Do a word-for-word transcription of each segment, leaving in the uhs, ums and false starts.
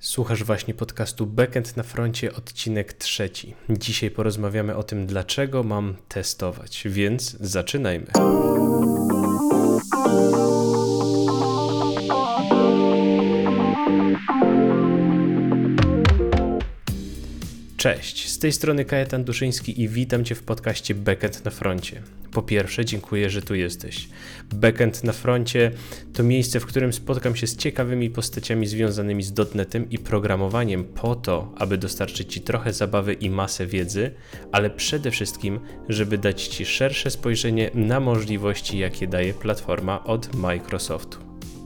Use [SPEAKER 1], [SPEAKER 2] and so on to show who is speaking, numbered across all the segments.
[SPEAKER 1] Słuchasz właśnie podcastu Backend na froncie, odcinek trzeci. Dzisiaj porozmawiamy o tym, dlaczego mam testować, więc zaczynajmy. Cześć, z tej strony Kajetan Duszyński i witam Cię w podcaście Backend na froncie. Po pierwsze, dziękuję, że tu jesteś. Backend na froncie to miejsce, w którym spotkam się z ciekawymi postaciami związanymi z dotnetem i programowaniem po to, aby dostarczyć Ci trochę zabawy i masę wiedzy, ale przede wszystkim, żeby dać Ci szersze spojrzenie na możliwości, jakie daje platforma od Microsoftu.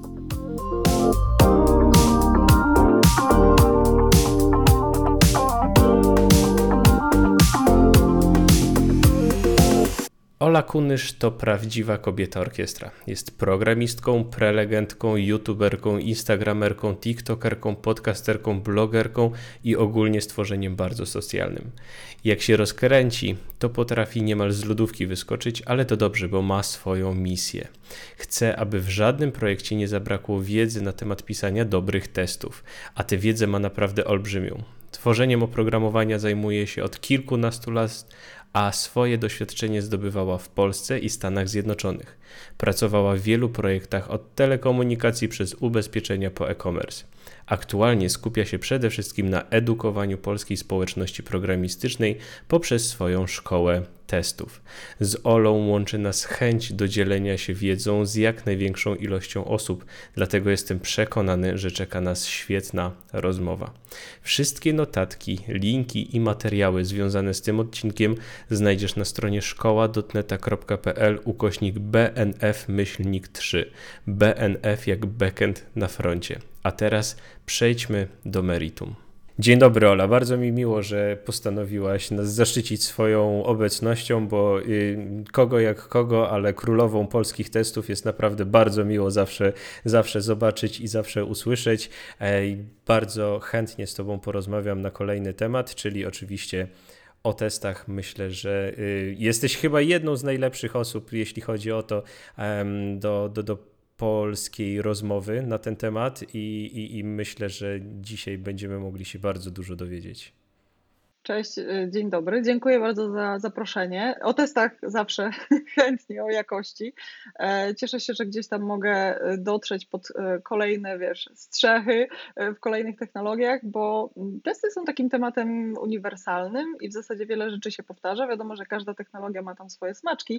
[SPEAKER 1] Ola Kunysz to prawdziwa kobieta orkiestra. Jest programistką, prelegentką, youtuberką, instagramerką, tiktokerką, podcasterką, blogerką i ogólnie stworzeniem bardzo socjalnym. Jak się rozkręci, to potrafi niemal z lodówki wyskoczyć, ale to dobrze, bo ma swoją misję. Chce, aby w żadnym projekcie nie zabrakło wiedzy na temat pisania dobrych testów, a tę wiedzę ma naprawdę olbrzymią. Tworzeniem oprogramowania zajmuje się od kilkunastu lat, a swoje doświadczenie zdobywała w Polsce i Stanach Zjednoczonych. Pracowała w wielu projektach od telekomunikacji przez ubezpieczenia po e-commerce. Aktualnie skupia się przede wszystkim na edukowaniu polskiej społeczności programistycznej poprzez swoją szkołę testów. Z Olą łączy nas chęć do dzielenia się wiedzą z jak największą ilością osób, dlatego jestem przekonany, że czeka nas świetna rozmowa. Wszystkie notatki, linki i materiały związane z tym odcinkiem znajdziesz na stronie szkoła kropka dotneta kropka pl ukośnik bnf myślnik trzy. B N F jak backend na froncie. A teraz przejdźmy do meritum. Dzień dobry, Ola. Bardzo mi miło, że postanowiłaś nas zaszczycić swoją obecnością, bo y, kogo jak kogo, ale królową polskich testów jest naprawdę bardzo miło zawsze, zawsze zobaczyć i zawsze usłyszeć. Ej, bardzo chętnie z Tobą porozmawiam na kolejny temat, czyli oczywiście o testach. Myślę, że y, jesteś chyba jedną z najlepszych osób, jeśli chodzi o to, um, do, do, do polskiej rozmowy na ten temat i, i, i myślę, że dzisiaj będziemy mogli się bardzo dużo dowiedzieć.
[SPEAKER 2] Cześć, dzień dobry. Dziękuję bardzo za zaproszenie. O testach zawsze chętnie, o jakości. Cieszę się, że gdzieś tam mogę dotrzeć pod kolejne, wiesz, strzechy w kolejnych technologiach, bo testy są takim tematem uniwersalnym i w zasadzie wiele rzeczy się powtarza. Wiadomo, że każda technologia ma tam swoje smaczki,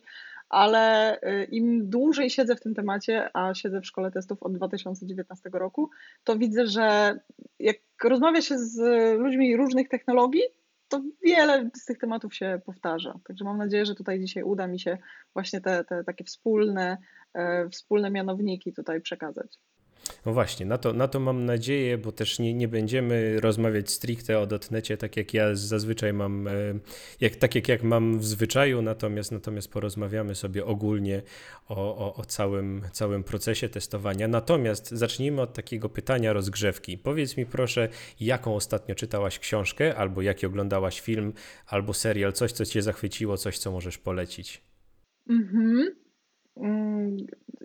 [SPEAKER 2] ale im dłużej siedzę w tym temacie, a siedzę w szkole testów od dwa tysiące dziewiętnastego roku, to widzę, że jak rozmawia się z ludźmi różnych technologii, to wiele z tych tematów się powtarza. Także mam nadzieję, że tutaj dzisiaj uda mi się właśnie te, te takie wspólne, e, wspólne mianowniki tutaj przekazać.
[SPEAKER 1] No właśnie, na to, na to mam nadzieję, bo też nie, nie będziemy rozmawiać stricte o dotnecie, tak jak ja zazwyczaj mam, jak, tak jak, jak mam w zwyczaju, natomiast, natomiast porozmawiamy sobie ogólnie o, o, o całym, całym procesie testowania. Natomiast zacznijmy od takiego pytania rozgrzewki. Powiedz mi proszę, jaką ostatnio czytałaś książkę, albo jaki oglądałaś film, albo serial, coś, co cię zachwyciło, coś, co możesz polecić.
[SPEAKER 2] Mhm. Mm,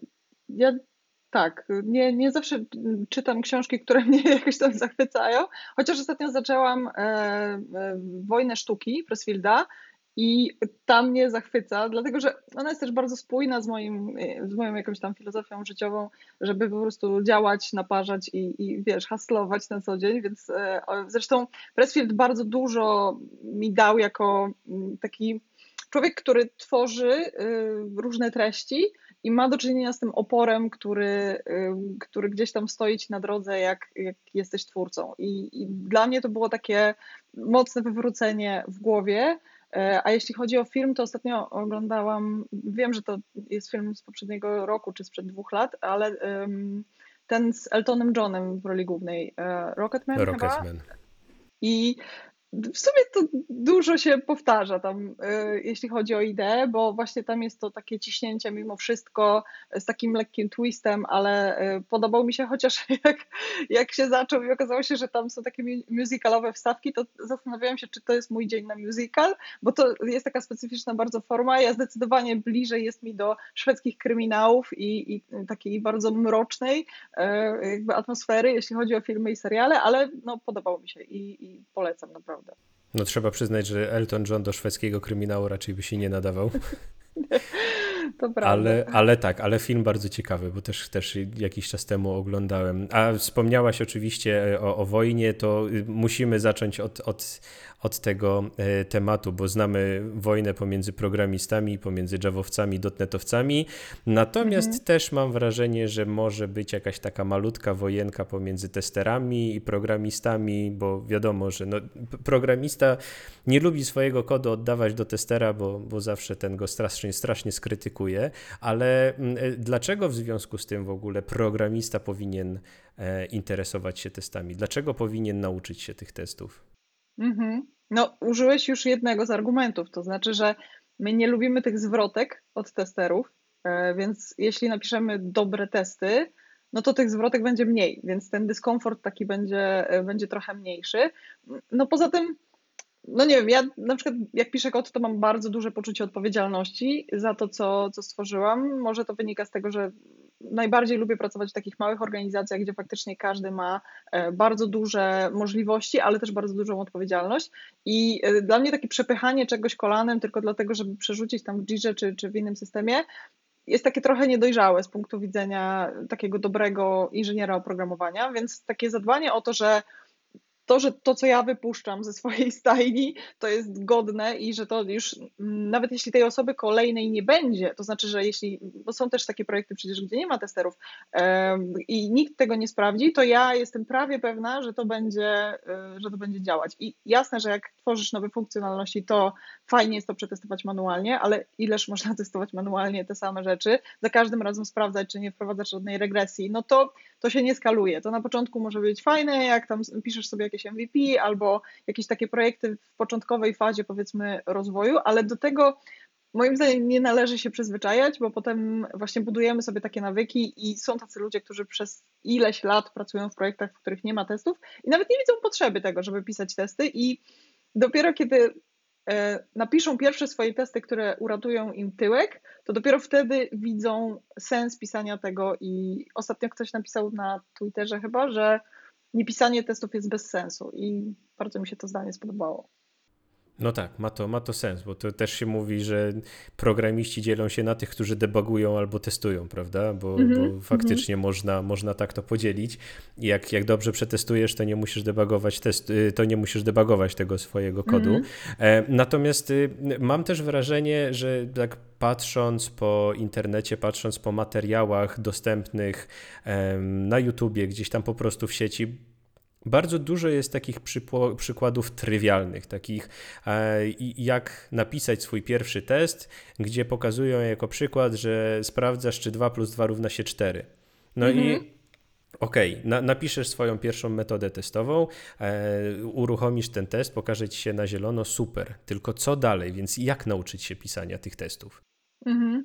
[SPEAKER 2] Ja tak, nie, nie zawsze czytam książki, które mnie jakoś tam zachwycają, chociaż ostatnio zaczęłam e, e, Wojnę sztuki Pressfielda i ta mnie zachwyca, dlatego że ona jest też bardzo spójna z moim, z moją jakąś tam filozofią życiową, żeby po prostu działać, naparzać i, i wiesz, hustlować na co dzień, więc e, zresztą Pressfield bardzo dużo mi dał jako taki człowiek, który tworzy y, różne treści i ma do czynienia z tym oporem, który, y, który gdzieś tam stoi ci na drodze, jak, jak jesteś twórcą. I, I dla mnie to było takie mocne wywrócenie w głowie. A jeśli chodzi o film, to ostatnio oglądałam, wiem, że to jest film z poprzedniego roku czy sprzed dwóch lat, ale um, ten z Eltonem Johnem w roli głównej, Rocketman chyba.
[SPEAKER 1] Rocketman.
[SPEAKER 2] I W sumie to dużo się powtarza tam, y, jeśli chodzi o ideę, bo właśnie tam jest to takie ciśnięcie mimo wszystko z takim lekkim twistem, ale y, podobał mi się, chociaż jak, jak się zaczął i okazało się, że tam są takie mu- musicalowe wstawki, to zastanawiałam się, czy to jest mój dzień na musical, bo to jest taka specyficzna bardzo forma. Ja zdecydowanie bliżej jest mi do szwedzkich kryminałów i, i takiej bardzo mrocznej y, jakby atmosfery, jeśli chodzi o filmy i seriale, ale no, podobało mi się i, i polecam naprawdę.
[SPEAKER 1] No trzeba przyznać, że Elton John do szwedzkiego kryminału raczej by się nie nadawał.
[SPEAKER 2] To prawda.
[SPEAKER 1] Ale, ale tak, ale film bardzo ciekawy, bo też, też jakiś czas temu oglądałem. A wspomniałaś oczywiście o, o wojnie, to musimy zacząć od, od, od tego e, tematu, bo znamy wojnę pomiędzy programistami, pomiędzy javowcami, dotnetowcami. Natomiast
[SPEAKER 2] Mhm.
[SPEAKER 1] też mam wrażenie, że może być jakaś taka malutka wojenka pomiędzy testerami i programistami, bo wiadomo, że no, p- programista nie lubi swojego kodu oddawać do testera, bo, bo zawsze ten go strasznie, strasznie skrytykuje, ale mm, e, dlaczego w związku z tym w ogóle programista powinien e, interesować się testami? Dlaczego powinien nauczyć się tych testów?
[SPEAKER 2] Mhm. No, użyłeś już jednego z argumentów, to znaczy, że my nie lubimy tych zwrotek od testerów, e, więc jeśli napiszemy dobre testy, no to tych zwrotek będzie mniej, więc ten dyskomfort taki będzie, e, będzie trochę mniejszy. No poza tym, no nie wiem, ja na przykład jak piszę kod, to mam bardzo duże poczucie odpowiedzialności za to, co, co stworzyłam. Może to wynika z tego, że najbardziej lubię pracować w takich małych organizacjach, gdzie faktycznie każdy ma e, bardzo duże możliwości, ale też bardzo dużą odpowiedzialność. I e, dla mnie takie przepychanie czegoś kolanem tylko dlatego, żeby przerzucić tam w Jirze czy, czy w innym systemie, jest takie trochę niedojrzałe z punktu widzenia takiego dobrego inżyniera oprogramowania, więc takie zadbanie o to, że to, że to, co ja wypuszczam ze swojej stajni, to jest godne i że to już, mm, nawet jeśli tej osoby kolejnej nie będzie, to znaczy, że jeśli, bo są też takie projekty przecież, gdzie nie ma testerów em, i nikt tego nie sprawdzi, to ja jestem prawie pewna, że to będzie, y, że to będzie działać. I jasne, że jak tworzysz nowe funkcjonalności, to fajnie jest to przetestować manualnie, ale ileż można testować manualnie te same rzeczy, za każdym razem sprawdzać, czy nie wprowadzasz żadnej regresji, no to to się nie skaluje. To na początku może być fajne, jak tam piszesz sobie jakieś M V P albo jakieś takie projekty w początkowej fazie, powiedzmy, rozwoju, ale do tego moim zdaniem nie należy się przyzwyczajać, bo potem właśnie budujemy sobie takie nawyki i są tacy ludzie, którzy przez ileś lat pracują w projektach, w których nie ma testów i nawet nie widzą potrzeby tego, żeby pisać testy i dopiero kiedy e, napiszą pierwsze swoje testy, które uratują im tyłek, to dopiero wtedy widzą sens pisania tego i ostatnio ktoś napisał na Twitterze chyba, że niepisanie testów jest bez sensu i bardzo mi się to zdanie spodobało.
[SPEAKER 1] No tak, ma to, ma to sens, bo to też się mówi, że programiści dzielą się na tych, którzy debugują albo testują, prawda? Bo,
[SPEAKER 2] Mhm,
[SPEAKER 1] bo
[SPEAKER 2] mhm,
[SPEAKER 1] faktycznie można, można tak to podzielić. I Jak, jak dobrze przetestujesz, to nie musisz debugować test, y, to nie musisz debugować tego swojego kodu.
[SPEAKER 2] mhm,
[SPEAKER 1] E, Natomiast y, mam też wrażenie, że tak patrząc po internecie, patrząc po materiałach dostępnych em, na YouTubie, gdzieś tam po prostu w sieci, bardzo dużo jest takich przypło- przykładów trywialnych, takich e, i- jak napisać swój pierwszy test, gdzie pokazują jako przykład, że sprawdzasz, czy dwa plus dwa równa się cztery. No
[SPEAKER 2] mhm.
[SPEAKER 1] i okej, na, napiszesz swoją pierwszą metodę testową, e, uruchomisz ten test, pokaże ci się na zielono, super. Tylko co dalej? Więc jak nauczyć się pisania tych testów?
[SPEAKER 2] Mhm.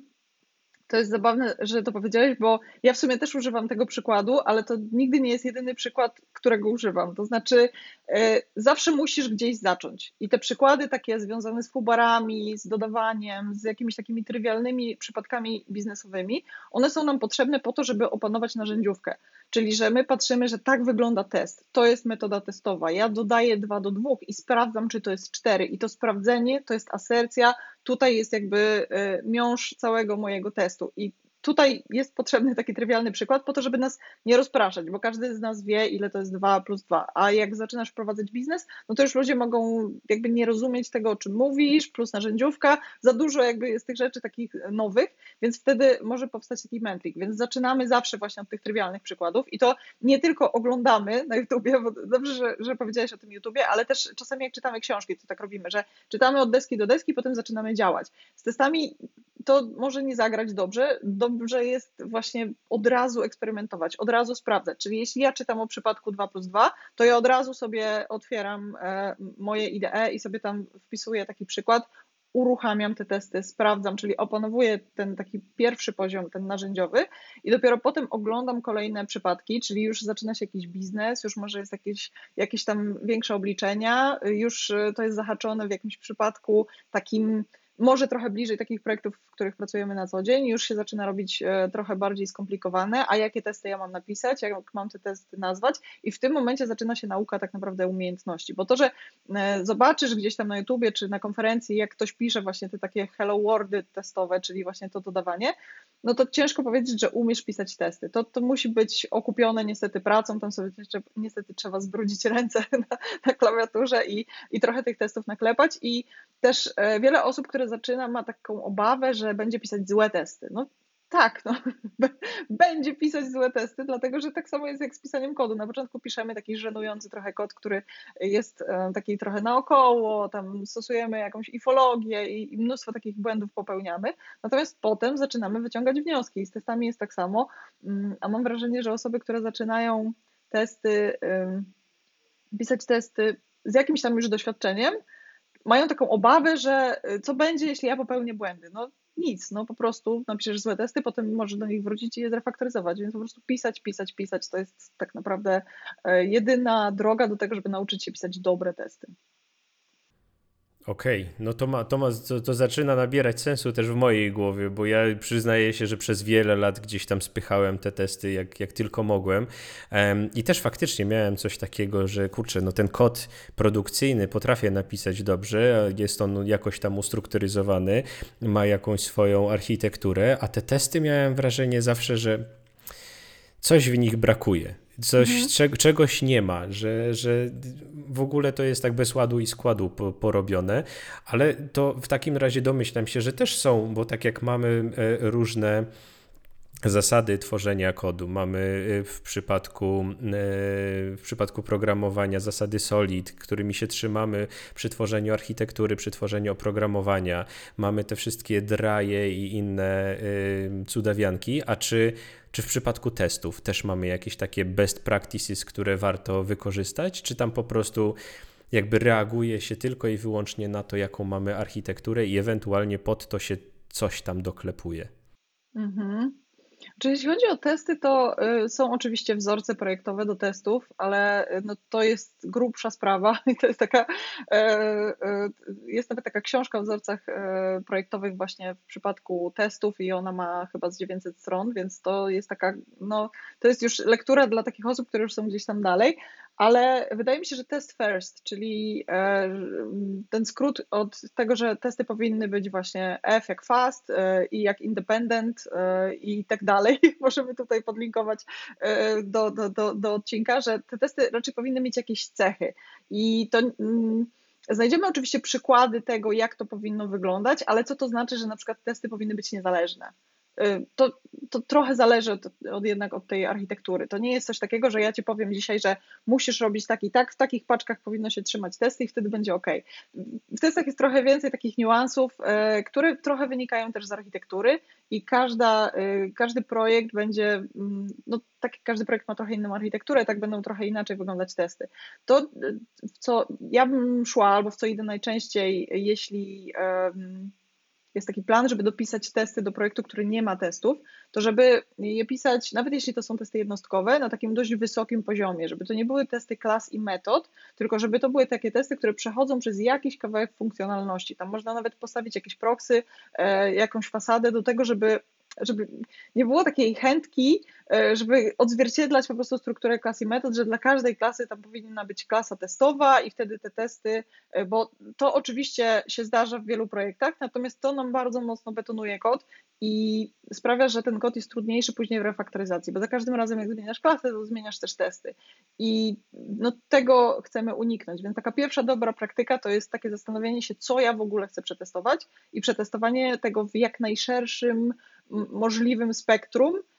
[SPEAKER 2] To jest zabawne, że to powiedziałeś, bo ja w sumie też używam tego przykładu, ale to nigdy nie jest jedyny przykład, którego używam. To znaczy, e, zawsze musisz gdzieś zacząć. I te przykłady takie związane z fubarami, z dodawaniem, z jakimiś takimi trywialnymi przypadkami biznesowymi, one są nam potrzebne po to, żeby opanować narzędziówkę. Czyli, że my patrzymy, że tak wygląda test. To jest metoda testowa. Ja dodaję dwa do dwóch i sprawdzam, czy to jest cztery. I to sprawdzenie to jest asercja, tutaj jest jakby e, miąższ całego mojego testu. I tutaj jest potrzebny taki trywialny przykład po to, żeby nas nie rozpraszać, bo każdy z nas wie, ile to jest dwa plus dwa. A jak zaczynasz prowadzać biznes, no to już ludzie mogą jakby nie rozumieć tego, o czym mówisz, plus narzędziówka. Za dużo jakby jest tych rzeczy takich nowych, więc wtedy może powstać taki mętlik. Więc zaczynamy zawsze właśnie od tych trywialnych przykładów i to nie tylko oglądamy na YouTubie, bo dobrze, że, że powiedziałeś o tym YouTubie, ale też czasami jak czytamy książki, to tak robimy, że czytamy od deski do deski, potem zaczynamy działać. Z testami to może nie zagrać dobrze. Dobrze jest właśnie od razu eksperymentować, od razu sprawdzać. Czyli jeśli ja czytam o przypadku dwa plus dwa, to ja od razu sobie otwieram e, moje I D E i sobie tam wpisuję taki przykład, uruchamiam te testy, sprawdzam, czyli opanowuję ten taki pierwszy poziom, ten narzędziowy i dopiero potem oglądam kolejne przypadki, czyli już zaczyna się jakiś biznes, już może jest jakieś, jakieś tam większe obliczenia, już to jest zahaczone w jakimś przypadku takim może trochę bliżej takich projektów, w których pracujemy na co dzień, już się zaczyna robić trochę bardziej skomplikowane, a jakie testy ja mam napisać, jak mam te testy nazwać i w tym momencie zaczyna się nauka tak naprawdę umiejętności, bo to, że zobaczysz gdzieś tam na YouTubie czy na konferencji, jak ktoś pisze właśnie te takie hello worldy testowe, czyli właśnie to dodawanie, no to ciężko powiedzieć, że umiesz pisać testy. To, to musi być okupione niestety pracą, tam sobie niestety trzeba zbrudzić ręce na, na klawiaturze i, i trochę tych testów naklepać i też wiele osób, które zaczyna, ma taką obawę, że będzie pisać złe testy. No tak, no, będzie pisać złe testy, dlatego że tak samo jest jak z pisaniem kodu. Na początku piszemy taki żenujący trochę kod, który jest taki trochę naokoło, tam stosujemy jakąś ifologię i mnóstwo takich błędów popełniamy, natomiast potem zaczynamy wyciągać wnioski i z testami jest tak samo, a mam wrażenie, że osoby, które zaczynają testy, pisać testy z jakimś tam już doświadczeniem, mają taką obawę, że co będzie, jeśli ja popełnię błędy. No nic, no po prostu napiszesz złe testy, potem możesz do nich wrócić i je zrefaktoryzować, więc po prostu pisać, pisać, pisać, to jest tak naprawdę jedyna droga do tego, żeby nauczyć się pisać dobre testy.
[SPEAKER 1] Okej, okay. No to, ma, to, ma, to, to zaczyna nabierać sensu też w mojej głowie, bo ja przyznaję się, że przez wiele lat gdzieś tam spychałem te testy jak, jak tylko mogłem um, i też faktycznie miałem coś takiego, że kurczę, no ten kod produkcyjny potrafię napisać dobrze, jest on jakoś tam ustrukturyzowany, ma jakąś swoją architekturę, a te testy miałem wrażenie zawsze, że coś w nich brakuje. Coś, mhm. czeg- czegoś nie ma, że, że w ogóle to jest tak bez ładu i składu po, porobione, ale to w takim razie domyślam się, że też są, bo tak jak mamy różne zasady tworzenia kodu, mamy w przypadku, w przypadku programowania zasady SOLID, którymi się trzymamy przy tworzeniu architektury, przy tworzeniu oprogramowania, mamy te wszystkie draje i inne cudawianki, a czy Czy w przypadku testów też mamy jakieś takie best practices, które warto wykorzystać, czy tam po prostu jakby reaguje się tylko i wyłącznie na to, jaką mamy architekturę i ewentualnie pod to się coś tam doklepuje?
[SPEAKER 2] Mhm. Czy jeśli chodzi o testy, to są oczywiście wzorce projektowe do testów, ale no to jest grubsza sprawa i to jest taka, jest nawet taka książka o wzorcach projektowych właśnie w przypadku testów i ona ma chyba z dziewięćset stron, więc to jest taka, no to jest już lektura dla takich osób, które już są gdzieś tam dalej, ale wydaje mi się, że test first, czyli ten skrót od tego, że testy powinny być właśnie F jak fast i jak independent i tak dalej. Możemy tutaj podlinkować do, do, do, do odcinka, że te testy raczej powinny mieć jakieś cechy i to znajdziemy oczywiście przykłady tego, jak to powinno wyglądać, ale co to znaczy, że na przykład testy powinny być niezależne? To, to trochę zależy od, od jednak od tej architektury. To nie jest coś takiego, że ja ci powiem dzisiaj, że musisz robić tak i tak, w takich paczkach powinno się trzymać testy i wtedy będzie ok. W testach jest trochę więcej takich niuansów, które trochę wynikają też z architektury i każda, każdy projekt będzie, no tak jak każdy projekt ma trochę inną architekturę, tak będą trochę inaczej wyglądać testy. To, w co ja bym szła, albo w co idę najczęściej, jeśli jest taki plan, żeby dopisać testy do projektu, który nie ma testów, to żeby je pisać, nawet jeśli to są testy jednostkowe, na takim dość wysokim poziomie, żeby to nie były testy klas i metod, tylko żeby to były takie testy, które przechodzą przez jakiś kawałek funkcjonalności. Tam można nawet postawić jakieś proxy, jakąś fasadę do tego, żeby żeby nie było takiej chętki, żeby odzwierciedlać po prostu strukturę klas i metod, że dla każdej klasy tam powinna być klasa testowa i wtedy te testy, bo to oczywiście się zdarza w wielu projektach, natomiast to nam bardzo mocno betonuje kod i sprawia, że ten kod jest trudniejszy później w refaktoryzacji, bo za każdym razem jak zmieniasz klasę, to zmieniasz też testy i no, tego chcemy uniknąć, więc taka pierwsza dobra praktyka to jest takie zastanowienie się, co ja w ogóle chcę przetestować i przetestowanie tego w jak najszerszym możliwym spektrum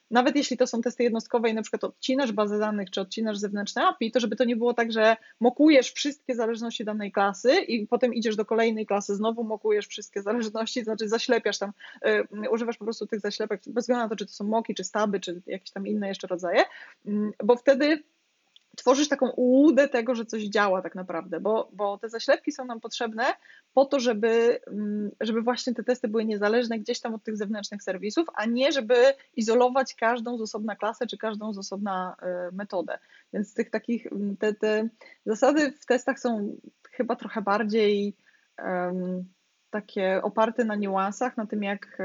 [SPEAKER 2] nawet jeśli to są testy jednostkowe i na przykład odcinasz bazę danych, czy odcinasz zewnętrzne A P I, to żeby to nie było tak, że mokujesz wszystkie zależności danej klasy i potem idziesz do kolejnej klasy, znowu mokujesz wszystkie zależności, to znaczy zaślepiasz tam, y, używasz po prostu tych zaślepek, bez względu na to, czy to są moki, czy staby, czy jakieś tam inne jeszcze rodzaje, y, bo wtedy tworzysz taką ułudę tego, że coś działa tak naprawdę, bo, bo te zaślepki są nam potrzebne po to, żeby, żeby właśnie te testy były niezależne gdzieś tam od tych zewnętrznych serwisów, a nie żeby izolować każdą z osobna klasę, czy każdą z osobna metodę. Więc tych takich, te, te zasady w testach są chyba trochę bardziej um, takie oparte na niuansach, na tym jak,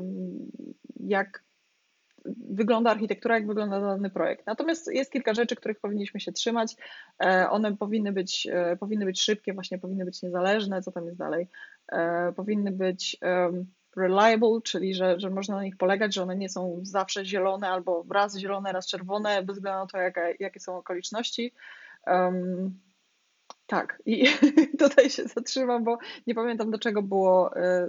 [SPEAKER 2] jak wygląda architektura, jak wygląda dany projekt. Natomiast jest kilka rzeczy, których powinniśmy się trzymać. One powinny być, powinny być szybkie, właśnie powinny być niezależne, co tam jest dalej. Powinny być reliable, czyli że, że można na nich polegać, że one nie są zawsze zielone albo raz zielone, raz czerwone, bez względu na to, jaka, jakie są okoliczności. Um, tak, i tutaj się zatrzymam, bo nie pamiętam do czego było,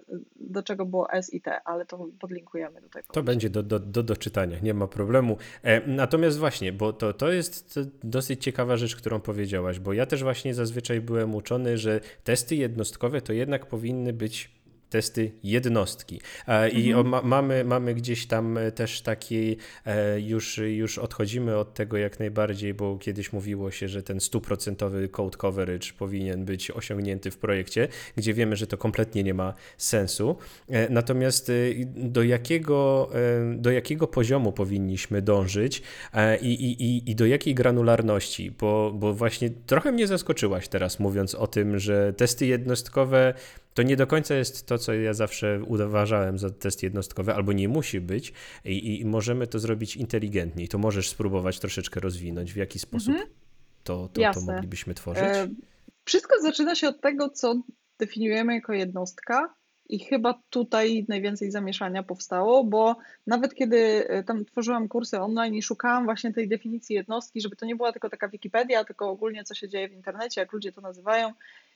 [SPEAKER 2] do czego było S i T, ale to podlinkujemy do tego.
[SPEAKER 1] To będzie do, do, do doczytania, nie ma problemu. E, natomiast właśnie, bo to, to jest dosyć ciekawa rzecz, którą powiedziałaś, bo ja też właśnie zazwyczaj byłem uczony, że testy jednostkowe to jednak powinny być testy jednostki. I mhm. ma, mamy, mamy gdzieś tam też taki, już, już odchodzimy od tego jak najbardziej, bo kiedyś mówiło się, że ten stuprocentowy code coverage powinien być osiągnięty w projekcie, gdzie wiemy, że to kompletnie nie ma sensu. Natomiast do jakiego, do jakiego poziomu powinniśmy dążyć i, i, i do jakiej granularności? Bo, bo właśnie trochę mnie zaskoczyłaś teraz, mówiąc o tym, że testy jednostkowe to nie do końca jest to, co ja zawsze uważałem za test jednostkowy, albo nie musi być i, i możemy to zrobić inteligentniej. To możesz spróbować troszeczkę rozwinąć, w jaki sposób mhm. to, to, to moglibyśmy tworzyć? E,
[SPEAKER 2] wszystko zaczyna się od tego, co definiujemy jako jednostka i chyba tutaj najwięcej zamieszania powstało, bo nawet kiedy tam tworzyłam kursy online i szukałam właśnie tej definicji jednostki, żeby to nie była tylko taka Wikipedia, tylko ogólnie co się dzieje w internecie, jak ludzie to nazywają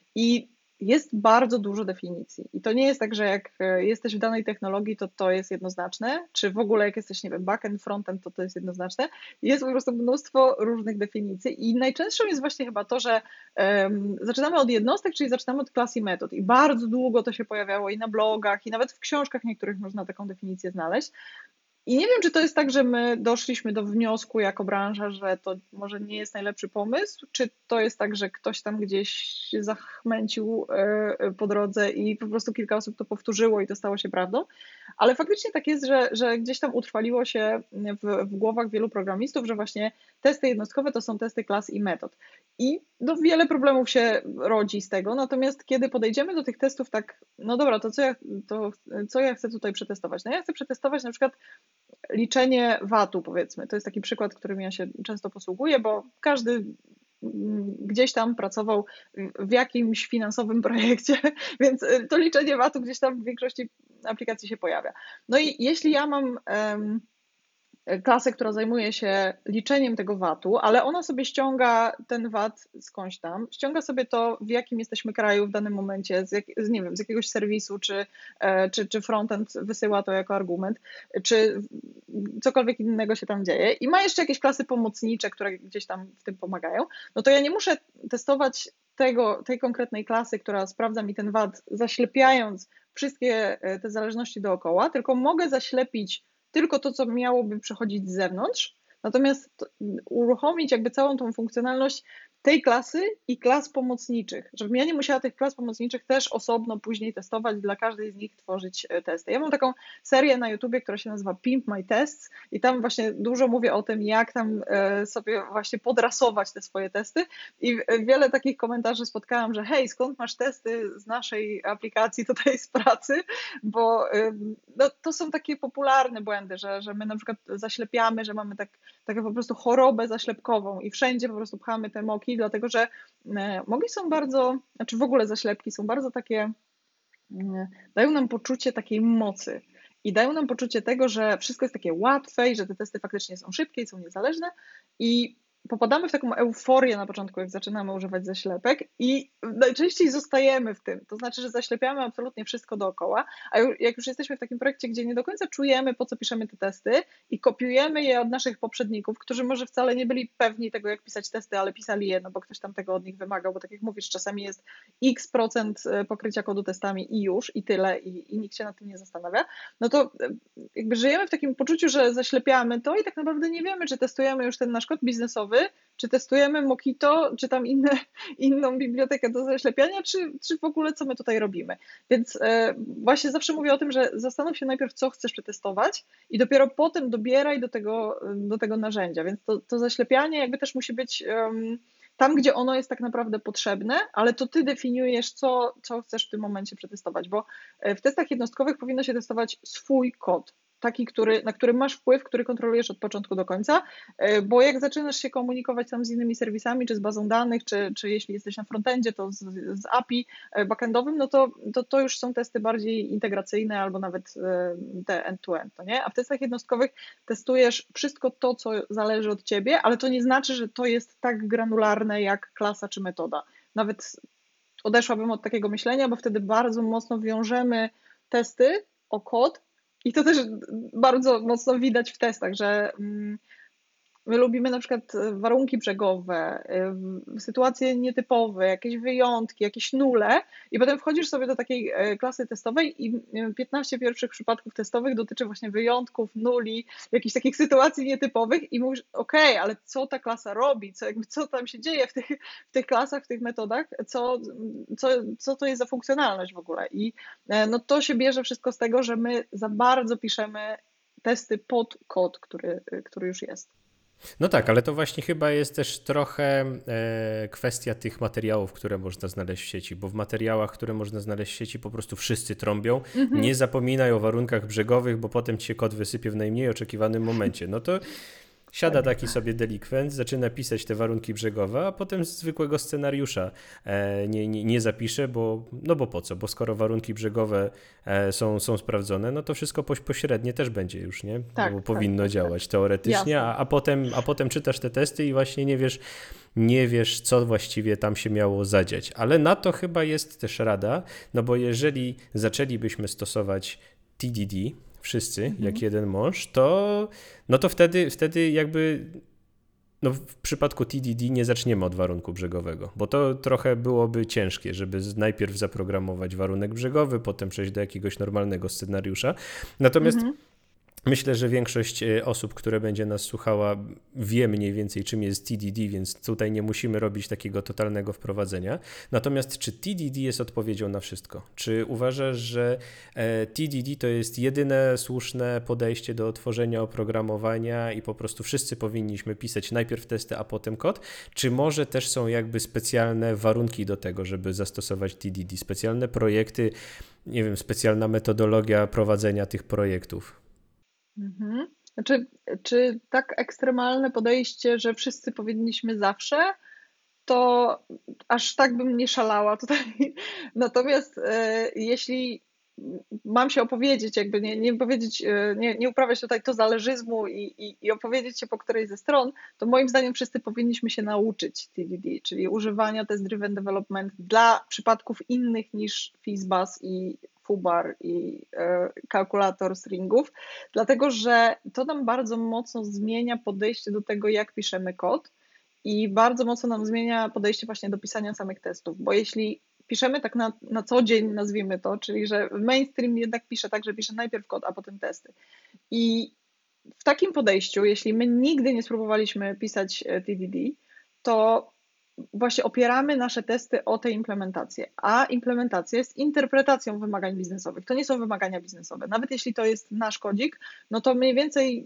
[SPEAKER 2] i jest bardzo dużo definicji i to nie jest tak, że jak jesteś w danej technologii, to to jest jednoznaczne, czy w ogóle jak jesteś, nie wiem, backend, frontend, to to jest jednoznaczne. Jest po prostu mnóstwo różnych definicji i najczęstszą jest właśnie chyba to, że um, zaczynamy od jednostek, czyli zaczynamy od klas i metod i bardzo długo to się pojawiało i na blogach i nawet w książkach niektórych można taką definicję znaleźć. I nie wiem, czy to jest tak, że my doszliśmy do wniosku jako branża, że to może nie jest najlepszy pomysł, czy to jest tak, że ktoś tam gdzieś się zachmęcił po drodze i po prostu kilka osób to powtórzyło i to stało się prawdą, ale faktycznie tak jest, że, że gdzieś tam utrwaliło się w, w głowach wielu programistów, że właśnie testy jednostkowe to są testy klas i metod. I no, wiele problemów się rodzi z tego, natomiast kiedy podejdziemy do tych testów tak, no dobra, to co ja, to co ja chcę tutaj przetestować? No ja chcę przetestować na przykład liczenie vatu, powiedzmy. To jest taki przykład, którym ja się często posługuję, bo każdy gdzieś tam pracował w jakimś finansowym projekcie, więc to liczenie vatu gdzieś tam w większości aplikacji się pojawia. No i jeśli ja mam um, klasę, która zajmuje się liczeniem tego vatu, ale ona sobie ściąga ten vat skądś tam, ściąga sobie to, w jakim jesteśmy kraju w danym momencie, z, jak, z, nie wiem, z jakiegoś serwisu, czy, czy, czy frontend wysyła to jako argument, czy cokolwiek innego się tam dzieje i ma jeszcze jakieś klasy pomocnicze, które gdzieś tam w tym pomagają, no to ja nie muszę testować tego, tej konkretnej klasy, która sprawdza mi ten vat, zaślepiając wszystkie te zależności dookoła, tylko mogę zaślepić tylko to, co miałoby przechodzić z zewnątrz, natomiast uruchomić jakby całą tą funkcjonalność tej klasy i klas pomocniczych, żebym ja nie musiała tych klas pomocniczych też osobno później testować, dla każdej z nich tworzyć testy. Ja mam taką serię na YouTubie, która się nazywa Pimp My Tests i tam właśnie dużo mówię o tym, jak tam sobie właśnie podrasować te swoje testy i wiele takich komentarzy spotkałam, że hej, skąd masz testy z naszej aplikacji tutaj z pracy, bo no, to są takie popularne błędy, że, że my na przykład zaślepiamy, że mamy tak, taką po prostu chorobę zaślepkową i wszędzie po prostu pchamy te moki, dlatego że mogi są bardzo, znaczy w ogóle zaślepki są bardzo takie, dają nam poczucie takiej mocy i dają nam poczucie tego, że wszystko jest takie łatwe i że te testy faktycznie są szybkie i są niezależne i popadamy w taką euforię na początku, jak zaczynamy używać zaślepek i najczęściej zostajemy w tym. To znaczy, że zaślepiamy absolutnie wszystko dookoła, a jak już jesteśmy w takim projekcie, gdzie nie do końca czujemy, po co piszemy te testy i kopiujemy je od naszych poprzedników, którzy może wcale nie byli pewni tego, jak pisać testy, ale pisali je, no bo ktoś tam tego od nich wymagał, bo tak jak mówisz, czasami jest x procent pokrycia kodu testami i już, i tyle, i, i nikt się nad tym nie zastanawia, no to jakby żyjemy w takim poczuciu, że zaślepiamy to i tak naprawdę nie wiemy, czy testujemy już ten nasz kod biznesowy, czy testujemy Mockito, czy tam inne, inną bibliotekę do zaślepiania, czy, czy w ogóle co my tutaj robimy. Więc e, właśnie zawsze mówię o tym, że zastanów się najpierw, co chcesz przetestować i dopiero potem dobieraj do tego, do tego narzędzia. Więc to, to zaślepianie jakby też musi być um, tam, gdzie ono jest tak naprawdę potrzebne, ale to ty definiujesz, co, co chcesz w tym momencie przetestować, bo w testach jednostkowych powinno się testować swój kod. Taki, który, na który masz wpływ, który kontrolujesz od początku do końca, bo jak zaczynasz się komunikować tam z innymi serwisami, czy z bazą danych, czy, czy jeśli jesteś na frontendzie, to z, z A P I backendowym, no to, to to już są testy bardziej integracyjne albo nawet te end-to-end, to nie? A w testach jednostkowych testujesz wszystko to, co zależy od ciebie, ale to nie znaczy, że to jest tak granularne jak klasa czy metoda. Nawet odeszłabym od takiego myślenia, bo wtedy bardzo mocno wiążemy testy o kod i to też bardzo mocno widać w testach, że my lubimy na przykład warunki brzegowe, sytuacje nietypowe, jakieś wyjątki, jakieś nule i potem wchodzisz sobie do takiej klasy testowej i piętnaście pierwszych przypadków testowych dotyczy właśnie wyjątków, nuli, jakichś takich sytuacji nietypowych i mówisz, okej, okay, ale co ta klasa robi, co, jakby, co tam się dzieje w tych, w tych klasach, w tych metodach, co, co, co to jest za funkcjonalność w ogóle i no to się bierze wszystko z tego, że my za bardzo piszemy testy pod kod, który, który już jest.
[SPEAKER 1] No tak, ale to właśnie chyba jest też trochę e, kwestia tych materiałów, które można znaleźć w sieci, bo w materiałach, które można znaleźć w sieci po prostu wszyscy trąbią. Mm-hmm. Nie zapominaj o warunkach brzegowych, bo potem ci się kod wysypie w najmniej oczekiwanym momencie. No to siada taki sobie delikwent, zaczyna pisać te warunki brzegowe, a potem zwykłego scenariusza e, nie, nie, nie zapisze, bo, no bo po co? Bo skoro warunki brzegowe e, są, są sprawdzone, no to wszystko pośrednie też będzie już, nie?
[SPEAKER 2] Tak,
[SPEAKER 1] bo
[SPEAKER 2] tak,
[SPEAKER 1] powinno
[SPEAKER 2] tak,
[SPEAKER 1] działać
[SPEAKER 2] tak.
[SPEAKER 1] teoretycznie, a, a, potem, a potem czytasz te testy i właśnie nie wiesz, nie wiesz, co właściwie tam się miało zadziać. Ale na to chyba jest też rada, no bo jeżeli zaczęlibyśmy stosować T D D, wszyscy, mhm. jak jeden mąż, to, no to wtedy, wtedy jakby no w przypadku T D D nie zaczniemy od warunku brzegowego, bo to trochę byłoby ciężkie, żeby najpierw zaprogramować warunek brzegowy, potem przejść do jakiegoś normalnego scenariusza. Natomiast mhm. myślę, że większość osób, które będzie nas słuchała, wie mniej więcej, czym jest T D D, więc tutaj nie musimy robić takiego totalnego wprowadzenia. Natomiast czy T D D jest odpowiedzią na wszystko? Czy uważasz, że T D D to jest jedyne słuszne podejście do tworzenia oprogramowania i po prostu wszyscy powinniśmy pisać najpierw testy, a potem kod? Czy może też są jakby specjalne warunki do tego, żeby zastosować T D D? Specjalne projekty, nie wiem, specjalna metodologia prowadzenia tych projektów?
[SPEAKER 2] Mhm. Znaczy, czy tak ekstremalne podejście, że wszyscy powinniśmy zawsze, to aż tak bym nie szalała tutaj. Natomiast e, jeśli mam się opowiedzieć, jakby nie, nie powiedzieć, nie, nie uprawiać tutaj tozależyzmu i, i, i opowiedzieć się po którejś ze stron, to moim zdaniem wszyscy powinniśmy się nauczyć T D D, czyli używania test-driven development dla przypadków innych niż FizzBuzz i Fubar i e, kalkulator stringów, dlatego że to nam bardzo mocno zmienia podejście do tego, jak piszemy kod i bardzo mocno nam zmienia podejście właśnie do pisania samych testów, bo jeśli piszemy tak na, na co dzień, nazwijmy to, czyli że mainstream jednak pisze tak, że pisze najpierw kod, a potem testy. I w takim podejściu, jeśli my nigdy nie spróbowaliśmy pisać T D D, to właśnie opieramy nasze testy o te implementacje, a implementacja jest interpretacją wymagań biznesowych. To nie są wymagania biznesowe. Nawet jeśli to jest nasz kodzik, no to mniej więcej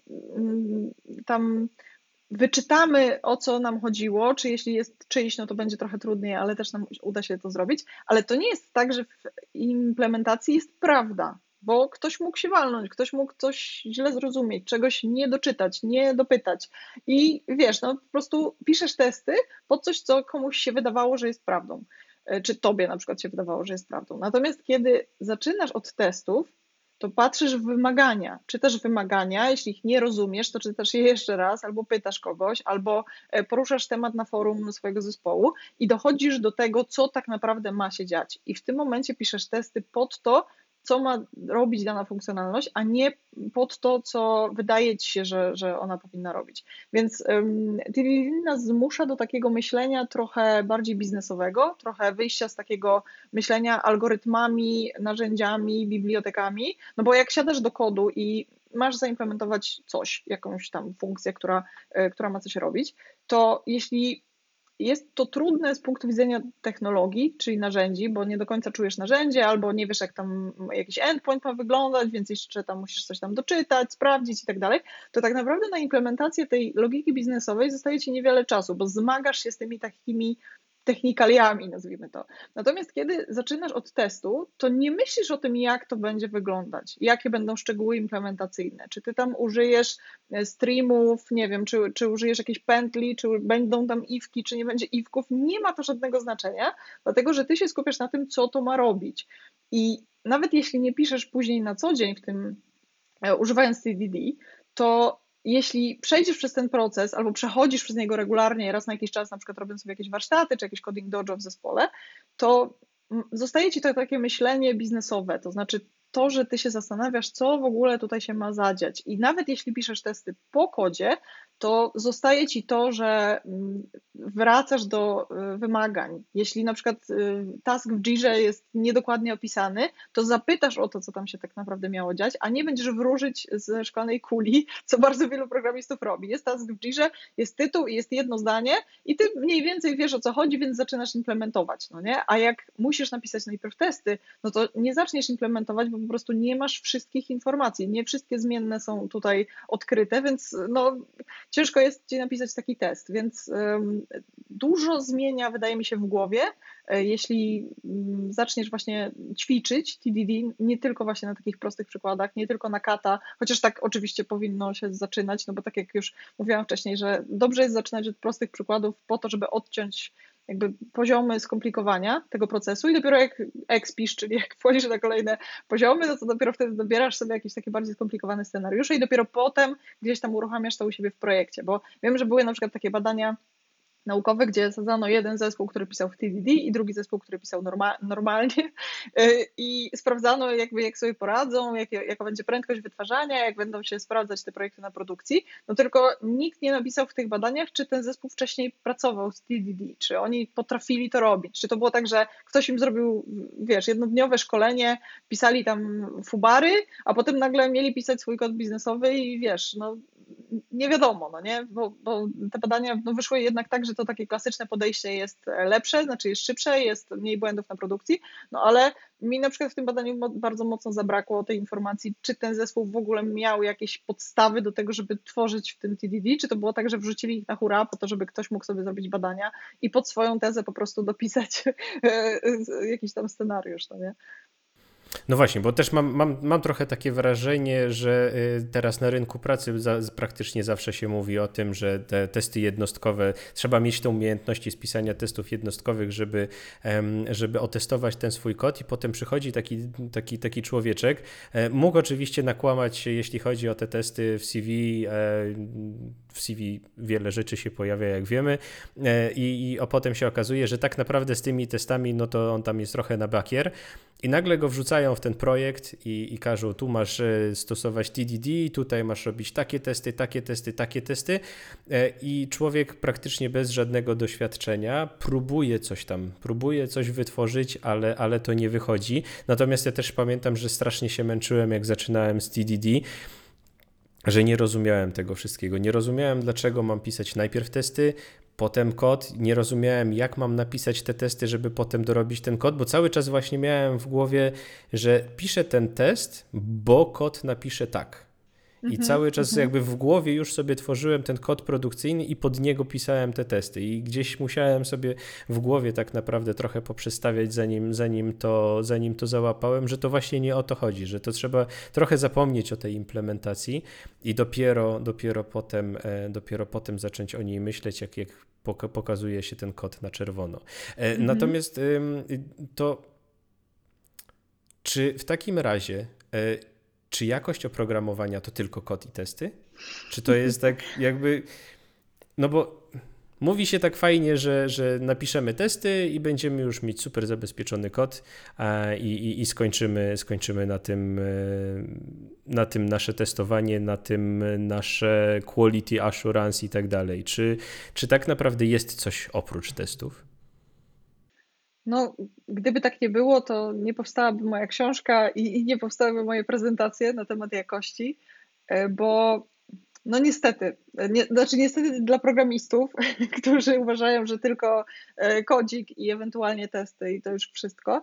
[SPEAKER 2] tam wyczytamy, o co nam chodziło, czy jeśli jest czyjś, no to będzie trochę trudniej, ale też nam uda się to zrobić, ale to nie jest tak, że w implementacji jest prawda, bo ktoś mógł się walnąć, ktoś mógł coś źle zrozumieć, czegoś nie doczytać, nie dopytać i wiesz, no po prostu piszesz testy pod coś, co komuś się wydawało, że jest prawdą, czy tobie na przykład się wydawało, że jest prawdą. Natomiast kiedy zaczynasz od testów, to patrzysz w wymagania. Czytasz wymagania, jeśli ich nie rozumiesz, to czytasz je jeszcze raz, albo pytasz kogoś, albo poruszasz temat na forum swojego zespołu i dochodzisz do tego, co tak naprawdę ma się dziać. I w tym momencie piszesz testy pod to, co ma robić dana funkcjonalność, a nie pod to, co wydaje ci się, że, że ona powinna robić. Więc um, T D D nas zmusza do takiego myślenia trochę bardziej biznesowego, trochę wyjścia z takiego myślenia algorytmami, narzędziami, bibliotekami, no bo jak siadasz do kodu i masz zaimplementować coś, jakąś tam funkcję, która, która ma coś robić, to jeśli jest to trudne z punktu widzenia technologii, czyli narzędzi, bo nie do końca czujesz narzędzie, albo nie wiesz, jak tam jakiś endpoint ma wyglądać, więc jeszcze tam musisz coś tam doczytać, sprawdzić i tak dalej, to tak naprawdę na implementację tej logiki biznesowej zostaje ci niewiele czasu, bo zmagasz się z tymi takimi technikaliami, nazwijmy to. Natomiast kiedy zaczynasz od testu, to nie myślisz o tym, jak to będzie wyglądać, jakie będą szczegóły implementacyjne, czy ty tam użyjesz streamów, nie wiem, czy, czy użyjesz jakiejś pętli, czy będą tam ifki, czy nie będzie ifków, nie ma to żadnego znaczenia, dlatego że ty się skupiasz na tym, co to ma robić. I nawet jeśli nie piszesz później na co dzień w tym, używając T D D, to jeśli przejdziesz przez ten proces albo przechodzisz przez niego regularnie, raz na jakiś czas, na przykład robiąc sobie jakieś warsztaty czy jakieś coding dojo w zespole, to zostaje ci to takie myślenie biznesowe, to znaczy to, że ty się zastanawiasz, co w ogóle tutaj się ma zadziać. I nawet jeśli piszesz testy po kodzie, to zostaje ci to, że wracasz do wymagań. Jeśli na przykład task w Jirze jest niedokładnie opisany, to zapytasz o to, co tam się tak naprawdę miało dziać, a nie będziesz wróżyć ze szklanej kuli, co bardzo wielu programistów robi. Jest task w Jirze, jest tytuł i jest jedno zdanie i ty mniej więcej wiesz, o co chodzi, więc zaczynasz implementować, no nie? A jak musisz napisać najpierw testy, no to nie zaczniesz implementować, bo po prostu nie masz wszystkich informacji, nie wszystkie zmienne są tutaj odkryte, więc no ciężko jest ci napisać taki test, więc um, dużo zmienia, wydaje mi się, w głowie, jeśli um, zaczniesz właśnie ćwiczyć T D D, nie tylko właśnie na takich prostych przykładach, nie tylko na kata, chociaż tak oczywiście powinno się zaczynać, no bo tak jak już mówiłam wcześniej, że dobrze jest zaczynać od prostych przykładów po to, żeby odciąć jakby poziomy skomplikowania tego procesu i dopiero jak expisz, czyli jak wchodzisz na kolejne poziomy, no to dopiero wtedy dobierasz sobie jakieś takie bardziej skomplikowane scenariusze i dopiero potem gdzieś tam uruchamiasz to u siebie w projekcie, bo wiem, że były na przykład takie badania naukowe, gdzie sadzano jeden zespół, który pisał w T D D i drugi zespół, który pisał norma- normalnie i sprawdzano jakby jak sobie poradzą, jak, jaka będzie prędkość wytwarzania, jak będą się sprawdzać te projekty na produkcji, no tylko nikt nie napisał w tych badaniach, czy ten zespół wcześniej pracował z T D D, czy oni potrafili to robić, czy to było tak, że ktoś im zrobił, wiesz, jednodniowe szkolenie, pisali tam fubary, a potem nagle mieli pisać swój kod biznesowy i wiesz, no nie wiadomo, no nie, bo, bo te badania no, wyszły jednak tak, że to takie klasyczne podejście jest lepsze, znaczy jest szybsze, jest mniej błędów na produkcji, no ale mi na przykład w tym badaniu bardzo mocno zabrakło tej informacji, czy ten zespół w ogóle miał jakieś podstawy do tego, żeby tworzyć w tym T D D, czy to było tak, że wrzucili ich na hura po to, żeby ktoś mógł sobie zrobić badania i pod swoją tezę po prostu dopisać jakiś tam scenariusz, no nie?
[SPEAKER 1] No właśnie, bo też mam, mam, mam trochę takie wrażenie, że teraz na rynku pracy za, praktycznie zawsze się mówi o tym, że te testy jednostkowe, trzeba mieć te umiejętności spisania testów jednostkowych, żeby, żeby otestować ten swój kod i potem przychodzi taki, taki, taki człowieczek. Mógł oczywiście nakłamać się, jeśli chodzi o te testy w C V, w C V wiele rzeczy się pojawia, jak wiemy, i, i a potem się okazuje, że tak naprawdę z tymi testami, no to on tam jest trochę na bakier i nagle go wrzucają w ten projekt i, i każą, tu masz stosować T D D, tutaj masz robić takie testy, takie testy, takie testy i człowiek praktycznie bez żadnego doświadczenia próbuje coś tam, próbuje coś wytworzyć, ale, ale to nie wychodzi. Natomiast ja też pamiętam, że strasznie się męczyłem, jak zaczynałem z T D D, że nie rozumiałem tego wszystkiego. Nie rozumiałem, dlaczego mam pisać najpierw testy, potem kod. Nie rozumiałem, jak mam napisać te testy, żeby potem dorobić ten kod, bo cały czas właśnie miałem w głowie, że piszę ten test, bo kod napisze tak. I mm-hmm, cały czas mm-hmm. jakby w głowie już sobie tworzyłem ten kod produkcyjny i pod niego pisałem te testy. I gdzieś musiałem sobie w głowie tak naprawdę trochę poprzestawiać, zanim, zanim, to, zanim to załapałem, że to właśnie nie o to chodzi, że to trzeba trochę zapomnieć o tej implementacji i dopiero, dopiero, potem, dopiero potem zacząć o niej myśleć, jak, jak pokazuje się ten kod na czerwono. Mm-hmm. Natomiast to czy w takim razie czy jakość oprogramowania to tylko kod i testy? Czy to jest tak jakby, no bo mówi się tak fajnie, że, że napiszemy testy i będziemy już mieć super zabezpieczony kod i, i, i skończymy, skończymy na tym, na tym nasze testowanie, na tym nasze quality assurance i tak dalej. Czy, czy tak naprawdę jest coś oprócz testów?
[SPEAKER 2] No, gdyby tak nie było, to nie powstałaby moja książka i, i nie powstałyby moje prezentacje na temat jakości, bo no niestety, nie, znaczy niestety dla programistów, którzy uważają, że tylko kodzik i ewentualnie testy i to już wszystko,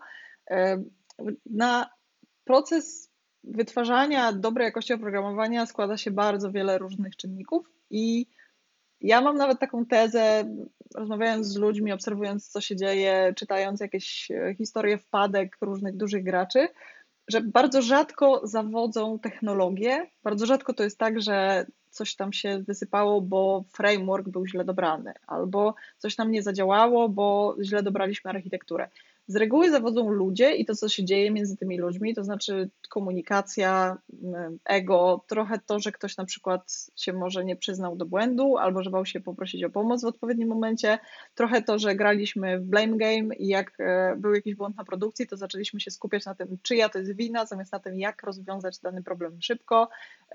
[SPEAKER 2] na proces wytwarzania dobrej jakości oprogramowania składa się bardzo wiele różnych czynników i ja mam nawet taką tezę, rozmawiając z ludźmi, obserwując co się dzieje, czytając jakieś historie wpadek różnych dużych graczy, że bardzo rzadko zawodzą technologie, bardzo rzadko to jest tak, że coś tam się wysypało, bo framework był źle dobrany, albo coś tam nie zadziałało, bo źle dobraliśmy architekturę. Z reguły zawodzą ludzie i to, co się dzieje między tymi ludźmi, to znaczy komunikacja, ego, trochę to, że ktoś na przykład się może nie przyznał do błędu, albo że bał się poprosić o pomoc w odpowiednim momencie, trochę to, że graliśmy w blame game i jak był jakiś błąd na produkcji, to zaczęliśmy się skupiać na tym, czyja to jest wina, zamiast na tym, jak rozwiązać dany problem szybko,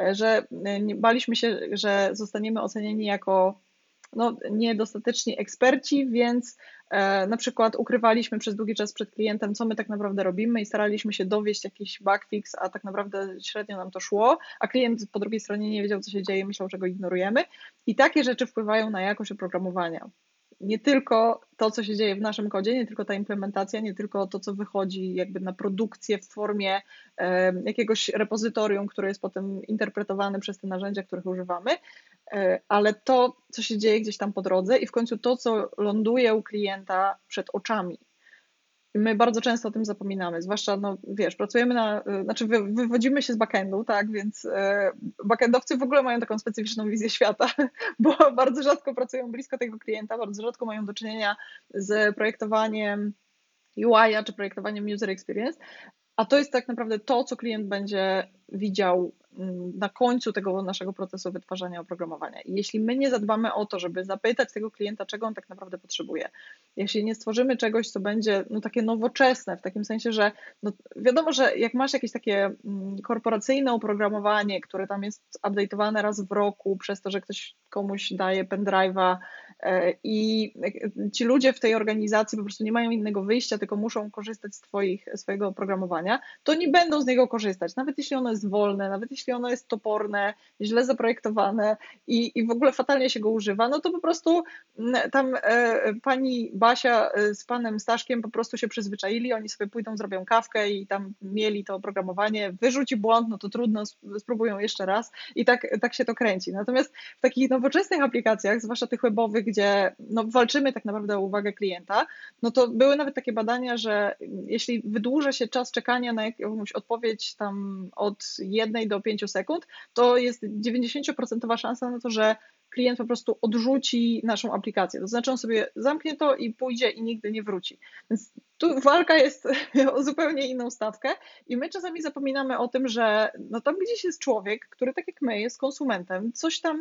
[SPEAKER 2] że baliśmy się, że zostaniemy ocenieni jako no, niedostateczni eksperci, więc e, na przykład ukrywaliśmy przez długi czas przed klientem, co my tak naprawdę robimy i staraliśmy się dowieść jakiś bug fix, a tak naprawdę średnio nam to szło, a klient po drugiej stronie nie wiedział, co się dzieje, myślał, że go ignorujemy. I takie rzeczy wpływają na jakość oprogramowania. Nie tylko to, co się dzieje w naszym kodzie, nie tylko ta implementacja, nie tylko to, co wychodzi jakby na produkcję w formie e, jakiegoś repozytorium, które jest potem interpretowane przez te narzędzia, których używamy, e, ale to, co się dzieje gdzieś tam po drodze i w końcu to, co ląduje u klienta przed oczami. I my bardzo często o tym zapominamy, zwłaszcza, no wiesz, pracujemy na, znaczy wy, wywodzimy się z backendu, tak, więc e, backendowcy w ogóle mają taką specyficzną wizję świata, bo bardzo rzadko pracują blisko tego klienta, bardzo rzadko mają do czynienia z projektowaniem U I-a czy projektowaniem user experience, a to jest tak naprawdę to, co klient będzie widział na końcu tego naszego procesu wytwarzania oprogramowania. I jeśli my nie zadbamy o to, żeby zapytać tego klienta, czego on tak naprawdę potrzebuje, jeśli nie stworzymy czegoś, co będzie no, takie nowoczesne, w takim sensie, że no, wiadomo, że jak masz jakieś takie korporacyjne oprogramowanie, które tam jest update'owane raz w roku przez to, że ktoś komuś daje pendrive'a i ci ludzie w tej organizacji po prostu nie mają innego wyjścia, tylko muszą korzystać z twoich, swojego oprogramowania, to nie będą z niego korzystać, nawet jeśli ono jest wolne, nawet jeśli ono jest toporne, źle zaprojektowane i, i w ogóle fatalnie się go używa, no to po prostu tam e, pani Basia z panem Staszkiem po prostu się przyzwyczaili, oni sobie pójdą, zrobią kawkę i tam mieli to oprogramowanie, wyrzuci błąd, no to trudno, spróbują jeszcze raz i tak, tak się to kręci. Natomiast w takich nowoczesnych aplikacjach, zwłaszcza tych webowych, gdzie no, walczymy tak naprawdę o uwagę klienta, no to były nawet takie badania, że jeśli wydłuża się czas czekania na jakąś odpowiedź tam od jednej do pięciu sekund, to jest dziewięćdziesięcioprocentowa szansa na to, że klient po prostu odrzuci naszą aplikację. To znaczy on sobie zamknie to i pójdzie i nigdy nie wróci. Więc tu walka jest o zupełnie inną stawkę i my czasami zapominamy o tym, że no tam gdzieś jest człowiek, który tak jak my jest konsumentem, coś tam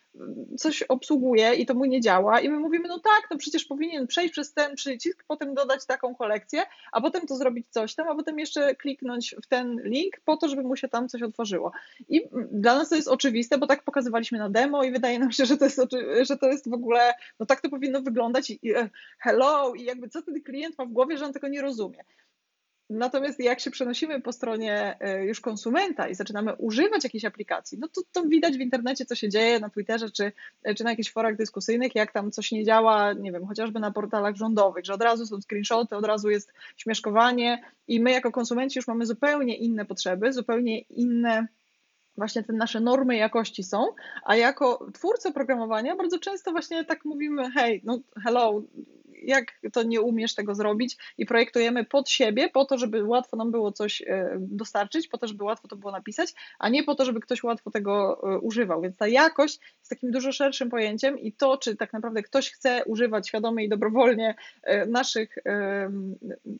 [SPEAKER 2] coś obsługuje i to mu nie działa i my mówimy, no tak, no przecież powinien przejść przez ten przycisk, potem dodać taką kolekcję, a potem to zrobić coś tam, a potem jeszcze kliknąć w ten link po to, żeby mu się tam coś otworzyło. I dla nas to jest oczywiste, bo tak pokazywaliśmy na demo i wydaje nam się, że to jest, że to jest w ogóle, no tak to powinno wyglądać i hello i jakby co ten klient ma w głowie, że on tego nie rozumie. Natomiast jak się przenosimy po stronie już konsumenta i zaczynamy używać jakiejś aplikacji, no to, to widać w internecie, co się dzieje na Twitterze czy, czy na jakichś forach dyskusyjnych, jak tam coś nie działa, nie wiem, chociażby na portalach rządowych, że od razu są screenshoty, od razu jest śmieszkowanie i my jako konsumenci już mamy zupełnie inne potrzeby, zupełnie inne właśnie te nasze normy jakości są, a jako twórcy oprogramowania bardzo często właśnie tak mówimy, hej, no hello, jak to nie umiesz tego zrobić i projektujemy pod siebie po to, żeby łatwo nam było coś dostarczyć, po to, żeby łatwo to było napisać, a nie po to, żeby ktoś łatwo tego używał. Więc ta jakość jest takim dużo szerszym pojęciem i to, czy tak naprawdę ktoś chce używać świadomie i dobrowolnie naszych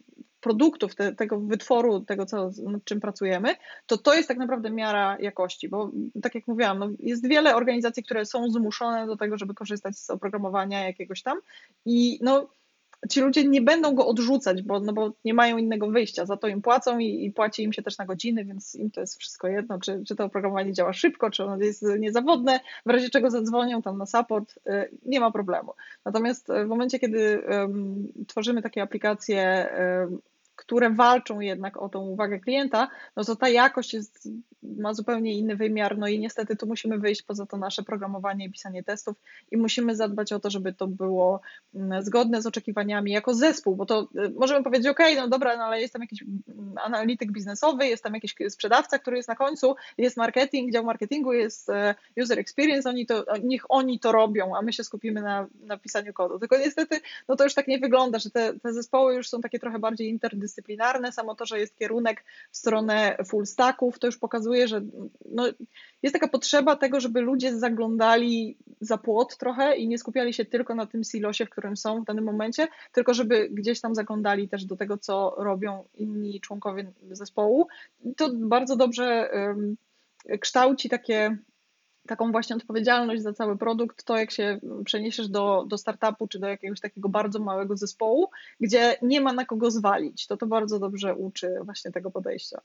[SPEAKER 2] produktów, te, tego wytworu, tego, co, nad czym pracujemy, to to jest tak naprawdę miara jakości, bo tak jak mówiłam, no jest wiele organizacji, które są zmuszone do tego, żeby korzystać z oprogramowania jakiegoś tam i no ci ludzie nie będą go odrzucać, bo, no bo nie mają innego wyjścia, za to im płacą i, i płaci im się też na godziny, więc im to jest wszystko jedno, czy, czy to oprogramowanie działa szybko, czy ono jest niezawodne, w razie czego zadzwonią tam na support, nie ma problemu. Natomiast w momencie, kiedy um, tworzymy takie aplikacje, um, które walczą jednak o tą uwagę klienta, no to ta jakość jest, ma zupełnie inny wymiar, no i niestety tu musimy wyjść poza to nasze programowanie i pisanie testów i musimy zadbać o to, żeby to było zgodne z oczekiwaniami jako zespół, bo to możemy powiedzieć, ok, no dobra, no ale jest tam jakiś analityk biznesowy, jest tam jakiś sprzedawca, który jest na końcu, jest marketing, dział marketingu, jest user experience, oni to, niech oni to robią, a my się skupimy na, na pisaniu kodu. Tylko niestety, no to już tak nie wygląda, że te, te zespoły już są takie trochę bardziej interdyscyplinarne, samo to, że jest kierunek w stronę full stacków, to już pokazuje, że no, jest taka potrzeba tego, żeby ludzie zaglądali za płot trochę i nie skupiali się tylko na tym silosie, w którym są w danym momencie, tylko żeby gdzieś tam zaglądali też do tego, co robią inni członkowie zespołu. I to bardzo dobrze um, kształci takie, taką właśnie odpowiedzialność za cały produkt, to jak się przeniesiesz do, do startupu czy do jakiegoś takiego bardzo małego zespołu, gdzie nie ma na kogo zwalić, to to bardzo dobrze uczy właśnie tego podejścia.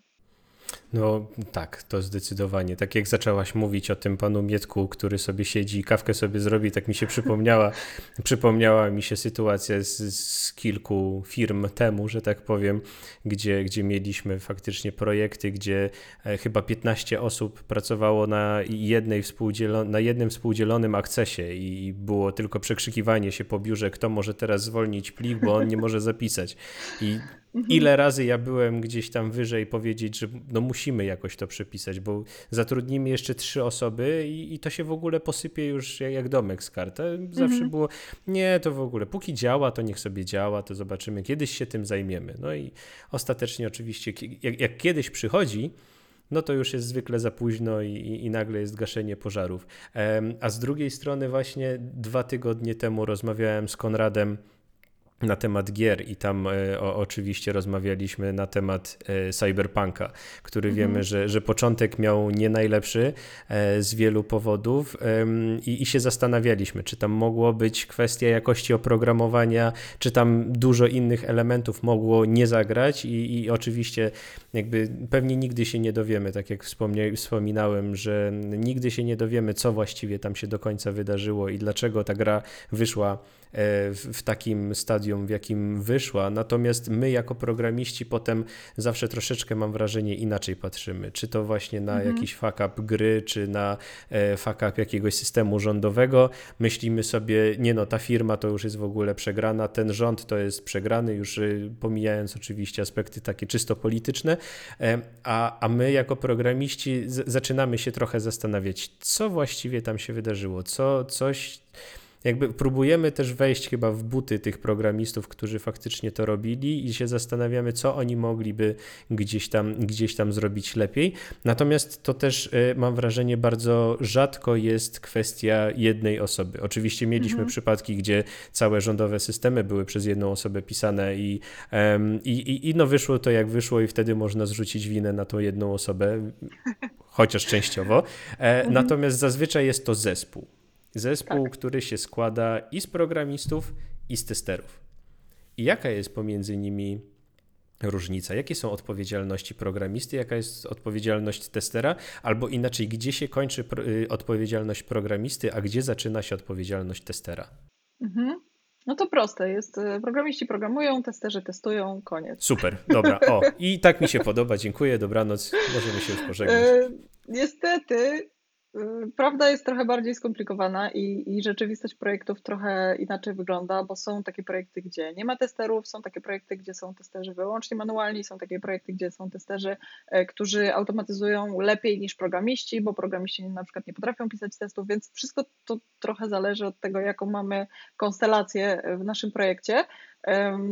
[SPEAKER 1] No tak, to zdecydowanie. Tak jak zaczęłaś mówić o tym panu Mietku, który sobie siedzi i kawkę sobie zrobi, tak mi się przypomniała, przypomniała mi się sytuacja z, z kilku firm temu, że tak powiem, gdzie, gdzie mieliśmy faktycznie projekty, gdzie chyba piętnaście osób pracowało na, jednej współdzielo- na jednym współdzielonym akcesie i było tylko przekrzykiwanie się po biurze, kto może teraz zwolnić plik, bo on nie może zapisać. I ile razy ja byłem gdzieś tam wyżej powiedzieć, że no musimy jakoś to przepisać, bo zatrudnimy jeszcze trzy osoby i, i to się w ogóle posypie już jak, jak domek z kart. Zawsze mhm. było, nie, to w ogóle, póki działa, to niech sobie działa, to zobaczymy, kiedyś się tym zajmiemy. No i ostatecznie oczywiście, jak, jak kiedyś przychodzi, no to już jest zwykle za późno i, i, i nagle jest gaszenie pożarów. Um, a z drugiej strony właśnie dwa tygodnie temu rozmawiałem z Konradem na temat gier i tam e, o, oczywiście rozmawialiśmy na temat e, Cyberpunka, który mhm. wiemy, że, że początek miał nie najlepszy e, z wielu powodów e, i, i się zastanawialiśmy, czy tam mogło być kwestia jakości oprogramowania, czy tam dużo innych elementów mogło nie zagrać i, i oczywiście jakby pewnie nigdy się nie dowiemy, tak jak wspomnia, wspominałem, że nigdy się nie dowiemy, co właściwie tam się do końca wydarzyło i dlaczego ta gra wyszła w, w takim stadium, w jakim wyszła. Natomiast my jako programiści potem zawsze troszeczkę, mam wrażenie, inaczej patrzymy. Czy to właśnie na mhm. jakiś fuck up gry, czy na e, fuck up jakiegoś systemu rządowego. Myślimy sobie, nie no, ta firma to już jest w ogóle przegrana, ten rząd to jest przegrany, już y, pomijając oczywiście aspekty takie czysto polityczne, e, a, a my jako programiści z, zaczynamy się trochę zastanawiać, co właściwie tam się wydarzyło, co coś... Jakby próbujemy też wejść chyba w buty tych programistów, którzy faktycznie to robili i się zastanawiamy, co oni mogliby gdzieś tam, gdzieś tam zrobić lepiej. Natomiast to też mam wrażenie bardzo rzadko jest kwestia jednej osoby. Oczywiście mieliśmy mhm. przypadki, gdzie całe rządowe systemy były przez jedną osobę pisane i, um, i, i, i no wyszło to jak wyszło i wtedy można zrzucić winę na tą jedną osobę, chociaż częściowo. Mhm. Natomiast zazwyczaj jest to zespół. Zespół, tak. który się składa i z programistów, i z testerów. I jaka jest pomiędzy nimi różnica? Jakie są odpowiedzialności programisty? Jaka jest odpowiedzialność testera? Albo inaczej, gdzie się kończy pro- odpowiedzialność programisty, a gdzie zaczyna się odpowiedzialność testera?
[SPEAKER 2] Mhm. No to proste jest. Programiści programują, testerzy testują, koniec.
[SPEAKER 1] Super, dobra. O, i tak mi się podoba. Dziękuję, dobranoc. Możemy się już pożegnać.
[SPEAKER 2] E, niestety... Prawda jest trochę bardziej skomplikowana i, i rzeczywistość projektów trochę inaczej wygląda, bo są takie projekty, gdzie nie ma testerów, są takie projekty, gdzie są testerzy wyłącznie manualni, są takie projekty, gdzie są testerzy, którzy automatyzują lepiej niż programiści, bo programiści na przykład nie potrafią pisać testów, więc wszystko to trochę zależy od tego, jaką mamy konstelację w naszym projekcie.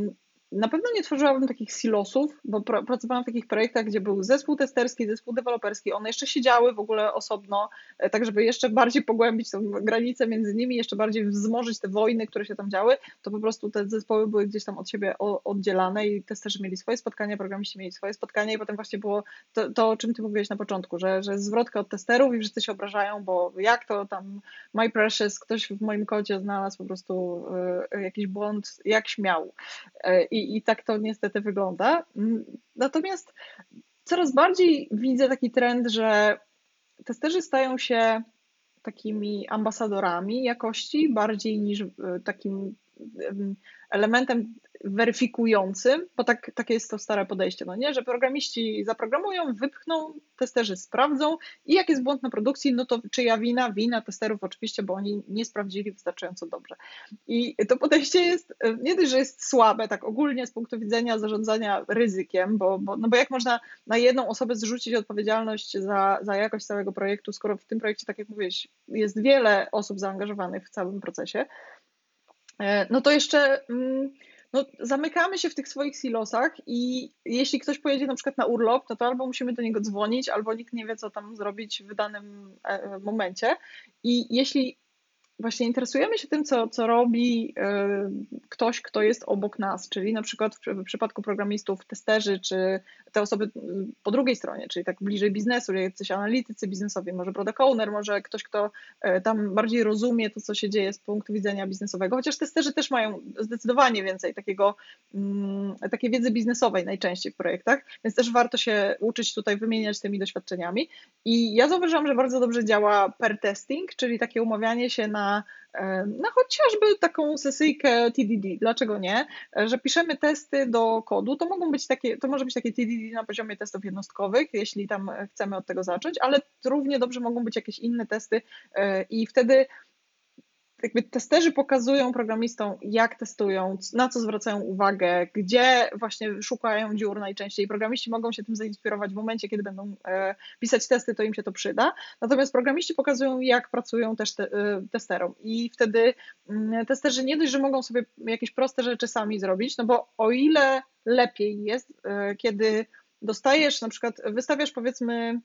[SPEAKER 2] Na pewno nie tworzyłabym takich silosów, bo pr pracowałam w takich projektach, gdzie był zespół testerski, zespół deweloperski, one jeszcze siedziały w ogóle osobno, e, tak żeby jeszcze bardziej pogłębić tą granicę między nimi, jeszcze bardziej wzmożyć te wojny, które się tam działy, to po prostu te zespoły były gdzieś tam od siebie o- oddzielane i testerzy mieli swoje spotkania, programiści mieli swoje spotkania i potem właśnie było to, to o czym ty mówiłeś na początku, że, że zwrotka od testerów i wszyscy się obrażają, bo jak to tam my precious, ktoś w moim kodzie znalazł po prostu e, jakiś błąd, jak śmiał. E, I, I tak to niestety wygląda. Mm, Natomiast coraz bardziej widzę taki trend, że testerzy stają się takimi ambasadorami jakości, bardziej niż e, takim em, elementem weryfikującym, bo tak, takie jest to stare podejście, no nie, że programiści zaprogramują, wypchną, testerzy sprawdzą i jak jest błąd na produkcji, no to czyja wina? Wina testerów oczywiście, bo oni nie sprawdzili wystarczająco dobrze. I to podejście jest e, nie dość, że jest słabe, tak ogólnie z punktu widzenia zarządzania ryzykiem, bo, bo, no bo jak można na jedną osobę zrzucić odpowiedzialność za, za jakość całego projektu, skoro w tym projekcie, tak jak mówiłeś, jest wiele osób zaangażowanych w całym procesie, e, no to jeszcze mm, no, zamykamy się w tych swoich silosach i jeśli ktoś pojedzie na przykład na urlop, no to albo musimy do niego dzwonić, albo nikt nie wie, co tam zrobić w danym e, momencie. I jeśli właśnie interesujemy się tym, co, co robi e, ktoś, kto jest obok nas, czyli na przykład w, w przypadku programistów, testerzy, czy te osoby mm, po drugiej stronie, czyli tak bliżej biznesu, jacyś analitycy biznesowi, może product owner, może ktoś, kto e, tam bardziej rozumie to, co się dzieje z punktu widzenia biznesowego, chociaż testerzy też mają zdecydowanie więcej takiego, mm, takiej wiedzy biznesowej najczęściej w projektach, więc też warto się uczyć tutaj wymieniać tymi doświadczeniami. I ja zauważyłam, że bardzo dobrze działa pair testing, czyli takie umawianie się na, e, na chociażby taką sesyjkę T D D. Dlaczego nie? E, Że piszemy testy do kodu, to mogą być takie, to może być takie T D D na poziomie testów jednostkowych, jeśli tam chcemy od tego zacząć, ale równie dobrze mogą być jakieś inne testy e, i wtedy jakby testerzy pokazują programistom, jak testują, na co zwracają uwagę, gdzie właśnie szukają dziur najczęściej. Programiści mogą się tym zainspirować w momencie, kiedy będą e, pisać testy, to im się to przyda. Natomiast programiści pokazują, jak pracują też te, e, testerom. I wtedy mm, testerzy nie dość, że mogą sobie jakieś proste rzeczy sami zrobić, no bo o ile lepiej jest, e, kiedy dostajesz, na przykład wystawiasz powiedzmy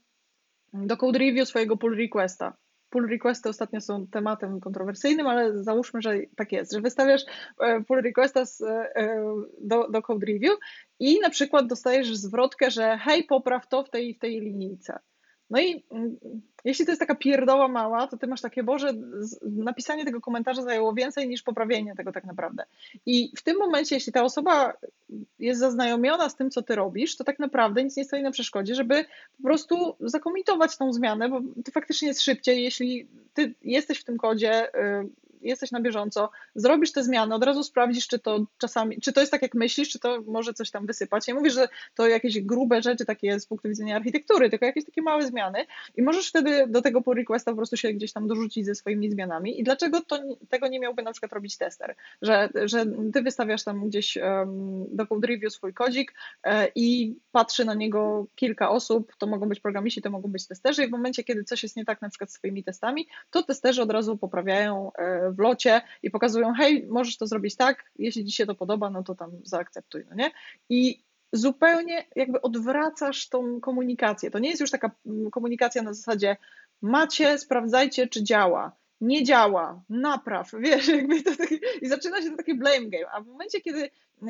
[SPEAKER 2] do code review swojego pull requesta. Pull requesty ostatnio są tematem kontrowersyjnym, ale załóżmy, że tak jest, że wystawiasz e, pull requesta z, e, do, do code review i na przykład dostajesz zwrotkę, że hej, popraw to w tej w tej linijce. No i mm, jeśli to jest taka pierdoła mała, to ty masz takie, Boże, napisanie tego komentarza zajęło więcej niż poprawienie tego tak naprawdę. I w tym momencie, jeśli ta osoba jest zaznajomiona z tym, co ty robisz, to tak naprawdę nic nie stoi na przeszkodzie, żeby po prostu zakomitować tą zmianę, bo to faktycznie jest szybciej, jeśli ty jesteś w tym kodzie, y, jesteś na bieżąco, zrobisz te zmiany, od razu sprawdzisz, czy to czasami, czy to jest tak, jak myślisz, czy to może coś tam wysypać. Nie mówię, że to jakieś grube rzeczy takie z punktu widzenia architektury, tylko jakieś takie małe zmiany i możesz wtedy do tego pull requesta po prostu się gdzieś tam dorzucić ze swoimi zmianami. I dlaczego to, tego nie miałby na przykład robić tester? Że, że ty wystawiasz tam gdzieś um, do code review swój kodzik e, i patrzy na niego kilka osób, to mogą być programiści, to mogą być testerzy i w momencie, kiedy coś jest nie tak na przykład z swoimi testami, to testerzy od razu poprawiają e, w locie i pokazują, hej, możesz to zrobić tak, jeśli ci się to podoba, no to tam zaakceptuj, no nie? I zupełnie jakby odwracasz tą komunikację. To nie jest już taka komunikacja na zasadzie macie, sprawdzajcie, czy działa. Nie działa, napraw, wiesz, jakby to taki, i zaczyna się to taki blame game, a w momencie, kiedy,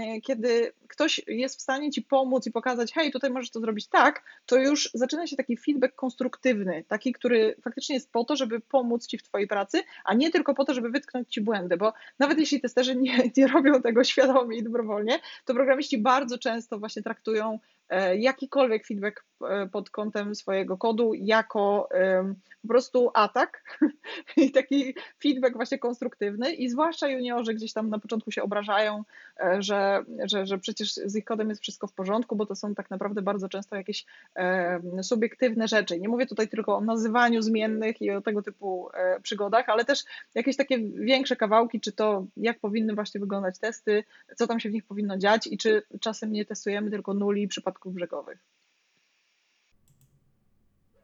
[SPEAKER 2] kiedy ktoś jest w stanie ci pomóc i pokazać, hej, tutaj możesz to zrobić tak, to już zaczyna się taki feedback konstruktywny, taki, który faktycznie jest po to, żeby pomóc ci w twojej pracy, a nie tylko po to, żeby wytknąć ci błędy, bo nawet jeśli testerzy nie, nie robią tego świadomie i dobrowolnie, to programiści bardzo często właśnie traktują jakikolwiek feedback pod kątem swojego kodu jako po prostu atak i taki feedback właśnie konstruktywny i zwłaszcza juniorzy gdzieś tam na początku się obrażają, że, że, że przecież z ich kodem jest wszystko w porządku, bo to są tak naprawdę bardzo często jakieś subiektywne rzeczy. Nie mówię tutaj tylko o nazywaniu zmiennych i o tego typu przygodach, ale też jakieś takie większe kawałki, czy to jak powinny właśnie wyglądać testy, co tam się w nich powinno dziać i czy czasem nie testujemy tylko nuli przypadków brzegowych.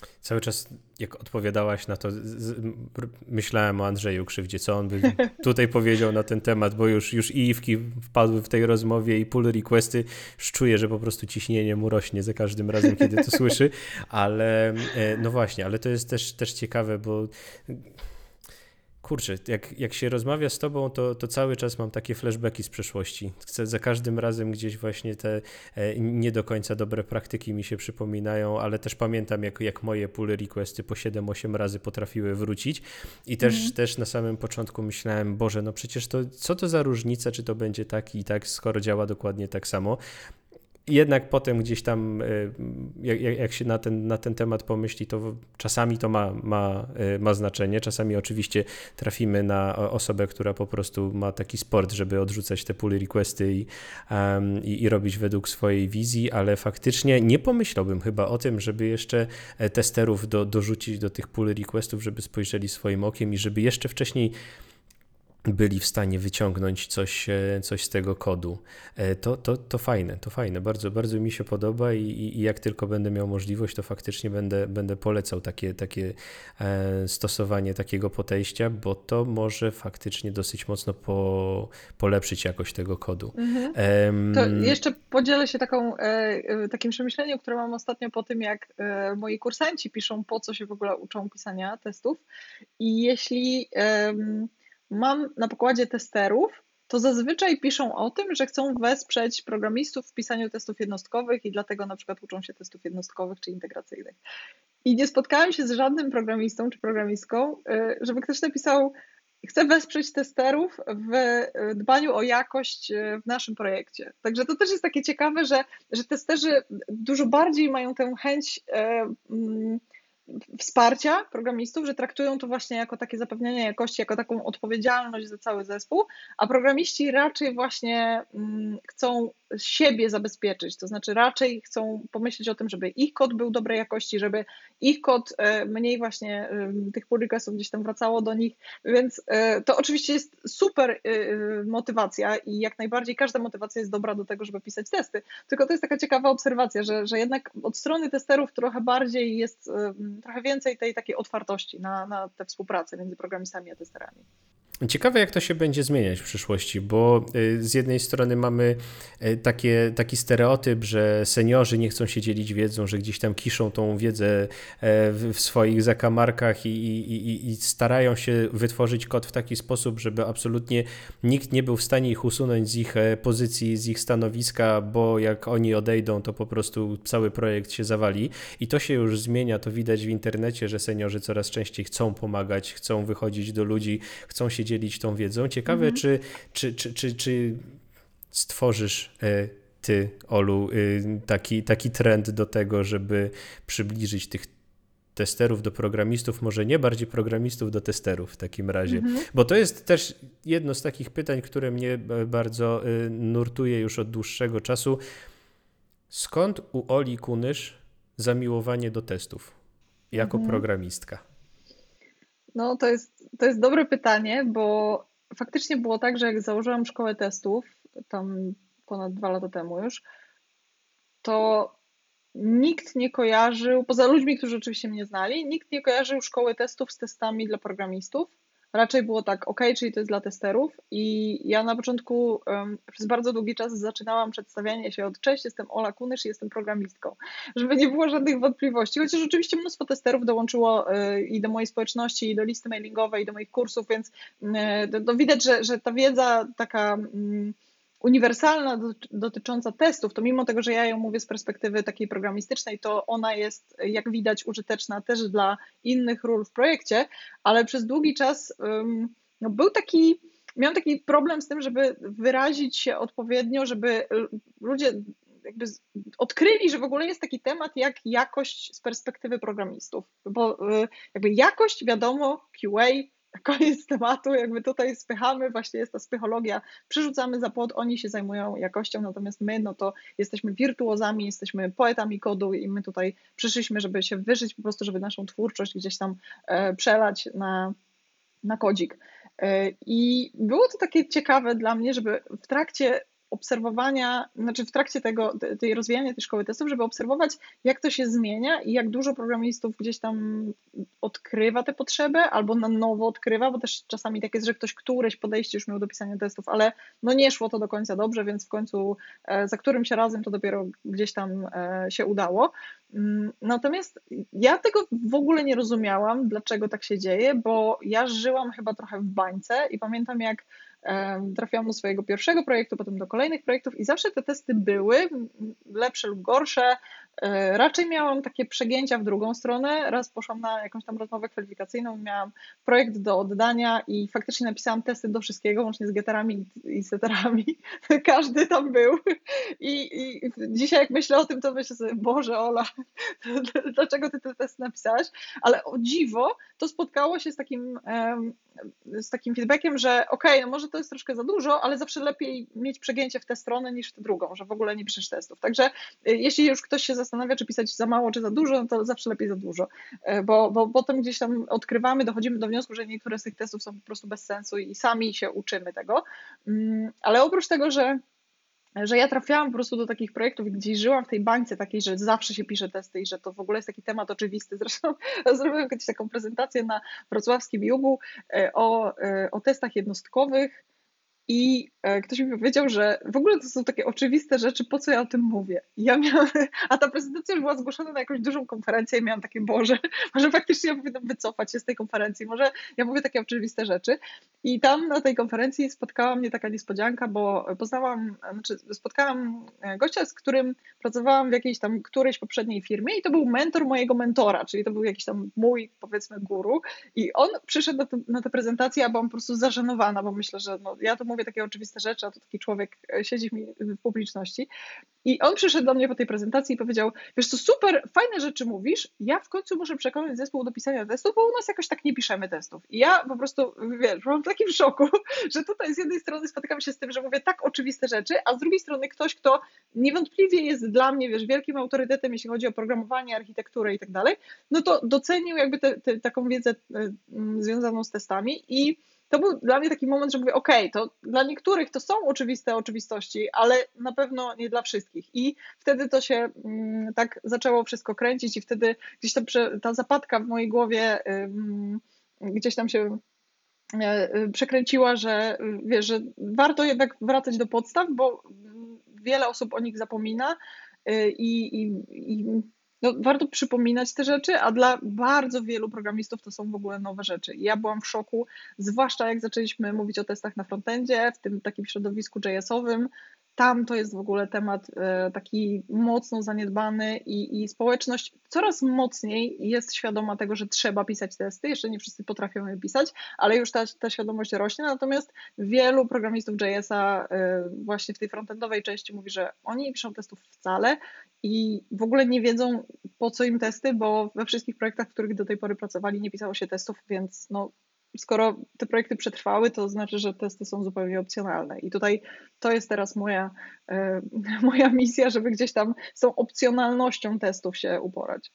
[SPEAKER 1] Cały czas jak odpowiadałaś na to, z, z, myślałem o Andrzeju Krzywdzie, co on by tutaj powiedział na ten temat, bo już, już i Iwki wpadły w tej rozmowie i pull requesty, już czuję, że po prostu ciśnienie mu rośnie za każdym razem, kiedy to słyszy, ale no właśnie, ale to jest też, też ciekawe, bo kurczę, jak, jak się rozmawia z tobą, to, to cały czas mam takie flashbacki z przeszłości. Chcę za każdym razem gdzieś właśnie te e, nie do końca dobre praktyki mi się przypominają, ale też pamiętam, jak, jak moje pull requesty po siedem osiem razy potrafiły wrócić i też, mm. też na samym początku myślałem, Boże, no przecież to co to za różnica, czy to będzie tak i tak, skoro działa dokładnie tak samo. Jednak potem gdzieś tam, jak, jak się na ten, na ten temat pomyśli, to czasami to ma, ma, ma znaczenie. Czasami oczywiście trafimy na osobę, która po prostu ma taki sport, żeby odrzucać te pull requesty i, um, i, i robić według swojej wizji, ale faktycznie nie pomyślałbym chyba o tym, żeby jeszcze testerów do, dorzucić do tych pull requestów, żeby spojrzeli swoim okiem i żeby jeszcze wcześniej byli w stanie wyciągnąć coś, coś z tego kodu. To, to, to fajne, to fajne, bardzo, bardzo mi się podoba i, i jak tylko będę miał możliwość, to faktycznie będę, będę polecał takie, takie stosowanie takiego podejścia, bo to może faktycznie dosyć mocno po, polepszyć jakość tego kodu.
[SPEAKER 2] Mhm. Um, to jeszcze podzielę się taką, takim przemyśleniem, które mam ostatnio po tym, jak moi kursanci piszą, po co się w ogóle uczą pisania testów i jeśli um, mam na pokładzie testerów, to zazwyczaj piszą o tym, że chcą wesprzeć programistów w pisaniu testów jednostkowych i dlatego na przykład uczą się testów jednostkowych czy integracyjnych. I nie spotkałem się z żadnym programistą czy programistką, żeby ktoś napisał, chcę wesprzeć testerów w dbaniu o jakość w naszym projekcie. Także to też jest takie ciekawe, że, że testerzy dużo bardziej mają tę chęć wsparcia programistów, że traktują to właśnie jako takie zapewnianie jakości, jako taką odpowiedzialność za cały zespół, a programiści raczej właśnie chcą siebie zabezpieczyć, to znaczy raczej chcą pomyśleć o tym, żeby ich kod był dobrej jakości, żeby ich kod mniej właśnie tych pull requestów gdzieś tam wracało do nich, więc to oczywiście jest super motywacja i jak najbardziej każda motywacja jest dobra do tego, żeby pisać testy, tylko to jest taka ciekawa obserwacja, że, że jednak od strony testerów trochę bardziej jest, trochę więcej tej takiej otwartości na, na tę współpracę między programistami a testerami.
[SPEAKER 1] Ciekawe, jak to się będzie zmieniać w przyszłości, bo z jednej strony mamy takie, taki stereotyp, że seniorzy nie chcą się dzielić wiedzą, że gdzieś tam kiszą tą wiedzę w swoich zakamarkach i, i, i starają się wytworzyć kod w taki sposób, żeby absolutnie nikt nie był w stanie ich usunąć z ich pozycji, z ich stanowiska, bo jak oni odejdą, to po prostu cały projekt się zawali i to się już zmienia, to widać w internecie, że seniorzy coraz częściej chcą pomagać, chcą wychodzić do ludzi, chcą się dzielić tą wiedzą. Ciekawe, mhm. czy, czy, czy, czy, czy stworzysz ty, Olu, taki, taki trend do tego, żeby przybliżyć tych testerów do programistów, może nie bardziej programistów do testerów w takim razie, mhm. bo to jest też jedno z takich pytań, które mnie bardzo nurtuje już od dłuższego czasu. Skąd u Oli Kunysz zamiłowanie do testów jako mhm. programistka?
[SPEAKER 2] No to jest, to jest dobre pytanie, bo faktycznie było tak, że jak założyłam szkołę testów, tam ponad dwa lata temu już, to nikt nie kojarzył, poza ludźmi, którzy oczywiście mnie znali, nikt nie kojarzył szkoły testów z testami dla programistów. Raczej było tak, ok, czyli to jest dla testerów i ja na początku um, przez bardzo długi czas zaczynałam przedstawianie się od cześć, jestem Ola Kunysz i jestem programistką, żeby nie było żadnych wątpliwości, chociaż oczywiście mnóstwo testerów dołączyło y, i do mojej społeczności, i do listy mailingowej, i do moich kursów, więc y, to widać, że, że ta wiedza taka y, uniwersalna dotycząca testów, to mimo tego, że ja ją mówię z perspektywy takiej programistycznej, to ona jest, jak widać, użyteczna też dla innych ról w projekcie, ale przez długi czas no, był taki, miałam taki problem z tym, żeby wyrazić się odpowiednio, żeby ludzie jakby odkryli, że w ogóle jest taki temat jak jakość z perspektywy programistów, bo jakby jakość, wiadomo, Q A, koniec tematu, jakby tutaj spychamy, właśnie jest ta spychologia, przerzucamy za płot, oni się zajmują jakością, natomiast my, no to jesteśmy wirtuozami, jesteśmy poetami kodu i my tutaj przyszliśmy, żeby się wyżyć, po prostu, żeby naszą twórczość gdzieś tam e, przelać na, na kodzik. E, I było to takie ciekawe dla mnie, żeby w trakcie obserwowania, znaczy w trakcie tego, tej rozwijania tej szkoły testów, żeby obserwować, jak to się zmienia i jak dużo programistów gdzieś tam odkrywa te potrzeby albo na nowo odkrywa, bo też czasami tak jest, że ktoś któreś podejście już miał do pisania testów, ale no nie szło to do końca dobrze, więc w końcu za którymś razem to dopiero gdzieś tam się udało. Natomiast ja tego w ogóle nie rozumiałam, dlaczego tak się dzieje, bo ja żyłam chyba trochę w bańce i pamiętam, jak trafiłam do swojego pierwszego projektu, potem do kolejnych projektów i zawsze te testy były lepsze lub gorsze. Raczej miałam takie przegięcia w drugą stronę. Raz poszłam na jakąś tam rozmowę kwalifikacyjną, miałam projekt do oddania i faktycznie napisałam testy do wszystkiego, łącznie z getterami i setterami. Każdy tam był. I, I dzisiaj jak myślę o tym, to myślę sobie, Boże Ola, dlaczego ty ten test napisałaś? Ale o dziwo to spotkało się z takim, z takim feedbackiem, że okej, okay, no może to jest troszkę za dużo, ale zawsze lepiej mieć przegięcie w tę stronę niż w tę drugą, że w ogóle nie piszesz testów. Także jeśli już ktoś się zastanawia, czy pisać za mało, czy za dużo, no to zawsze lepiej za dużo, bo, bo potem gdzieś tam odkrywamy, dochodzimy do wniosku, że niektóre z tych testów są po prostu bez sensu i sami się uczymy tego. Ale oprócz tego, że że ja trafiałam po prostu do takich projektów, gdzie żyłam w tej bańce takiej, że zawsze się pisze testy i że to w ogóle jest taki temat oczywisty. Zresztą zrobiłam kiedyś taką prezentację na wrocławskim Jugu o, o testach jednostkowych i ktoś mi powiedział, że w ogóle to są takie oczywiste rzeczy, po co ja o tym mówię. I ja miałam, a ta prezentacja już była zgłoszona na jakąś dużą konferencję i miałam takie, Boże, może faktycznie ja powinnam wycofać się z tej konferencji, może ja mówię takie oczywiste rzeczy. I tam na tej konferencji spotkała mnie taka niespodzianka, bo poznałam, znaczy spotkałam gościa, z którym pracowałam w jakiejś tam którejś poprzedniej firmie i to był mentor mojego mentora, czyli to był jakiś tam mój, powiedzmy, guru i on przyszedł na, to, na tę prezentację, a byłam po prostu zażenowana, bo myślę, że no, ja to mówię takie oczywiste rzeczy, a tu taki człowiek siedzi mi w publiczności. I on przyszedł do mnie po tej prezentacji i powiedział, wiesz co, super, fajne rzeczy mówisz, ja w końcu muszę przekonać zespół do pisania testów, bo u nas jakoś tak nie piszemy testów. I ja po prostu, wiesz, byłam w takim szoku, że tutaj z jednej strony spotykam się z tym, że mówię tak oczywiste rzeczy, a z drugiej strony ktoś, kto niewątpliwie jest dla mnie, wiesz, wielkim autorytetem, jeśli chodzi o programowanie, architekturę i tak dalej, no to docenił jakby te, te, taką wiedzę związaną z testami i to był dla mnie taki moment, że mówię, okej, okay, to dla niektórych to są oczywiste oczywistości, ale na pewno nie dla wszystkich. I wtedy to się mm, tak zaczęło wszystko kręcić i wtedy gdzieś tam ta zapadka w mojej głowie ym, gdzieś tam się y, przekręciła, że wiesz, że warto jednak wracać do podstaw, bo wiele osób o nich zapomina y, i, i, i no, warto przypominać te rzeczy, a dla bardzo wielu programistów to są w ogóle nowe rzeczy. I ja byłam w szoku, zwłaszcza jak zaczęliśmy mówić o testach na frontendzie, w tym takim środowisku J S-owym. Tam to jest w ogóle temat taki mocno zaniedbany i, i społeczność coraz mocniej jest świadoma tego, że trzeba pisać testy. Jeszcze nie wszyscy potrafią je pisać, ale już ta, ta świadomość rośnie. Natomiast wielu programistów J S-a właśnie w tej frontendowej części mówi, że oni nie piszą testów wcale i w ogóle nie wiedzą, po co im testy, bo we wszystkich projektach, w których do tej pory pracowali, nie pisało się testów, więc no, skoro te projekty przetrwały, to znaczy, że testy są zupełnie opcjonalne. I tutaj to jest teraz moja, e, moja misja, żeby gdzieś tam z tą opcjonalnością testów się uporać.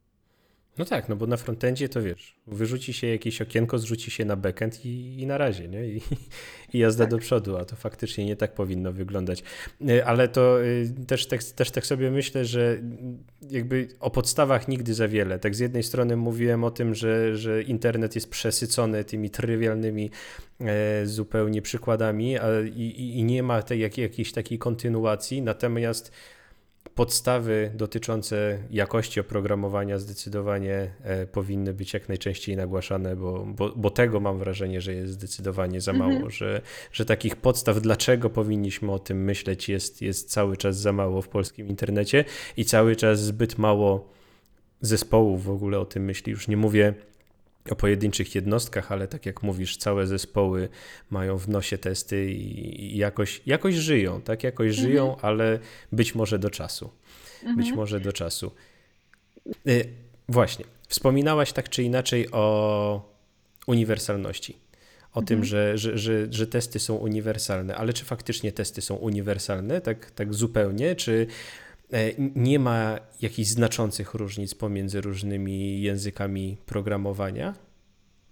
[SPEAKER 1] No tak, no bo na frontendzie to wiesz, wyrzuci się jakieś okienko, zrzuci się na backend i, i na razie, nie? I, i jazda tak do przodu, a to faktycznie nie tak powinno wyglądać. Ale to też tak, też tak sobie myślę, że jakby o podstawach nigdy za wiele. Tak z jednej strony mówiłem o tym, że, że internet jest przesycony tymi trywialnymi e, zupełnie przykładami a, i, i nie ma tej jak, jakiejś takiej kontynuacji, natomiast podstawy dotyczące jakości oprogramowania zdecydowanie e, powinny być jak najczęściej nagłaszane, bo, bo, bo tego mam wrażenie, że jest zdecydowanie za mało, mm-hmm. że, że takich podstaw, dlaczego powinniśmy o tym myśleć, jest, jest cały czas za mało w polskim internecie i cały czas zbyt mało zespołów w ogóle o tym myśli. Już nie mówię o pojedynczych jednostkach, ale tak jak mówisz, całe zespoły mają w nosie testy i jakoś, jakoś żyją, tak? Jakoś mhm. żyją, ale być może do czasu. Mhm. Być może do czasu. Y, właśnie, wspominałaś tak czy inaczej o uniwersalności. O mhm. tym, że, że, że, że testy są uniwersalne, ale czy faktycznie testy są uniwersalne? Tak, tak zupełnie? Czy nie ma jakichś znaczących różnic pomiędzy różnymi językami programowania?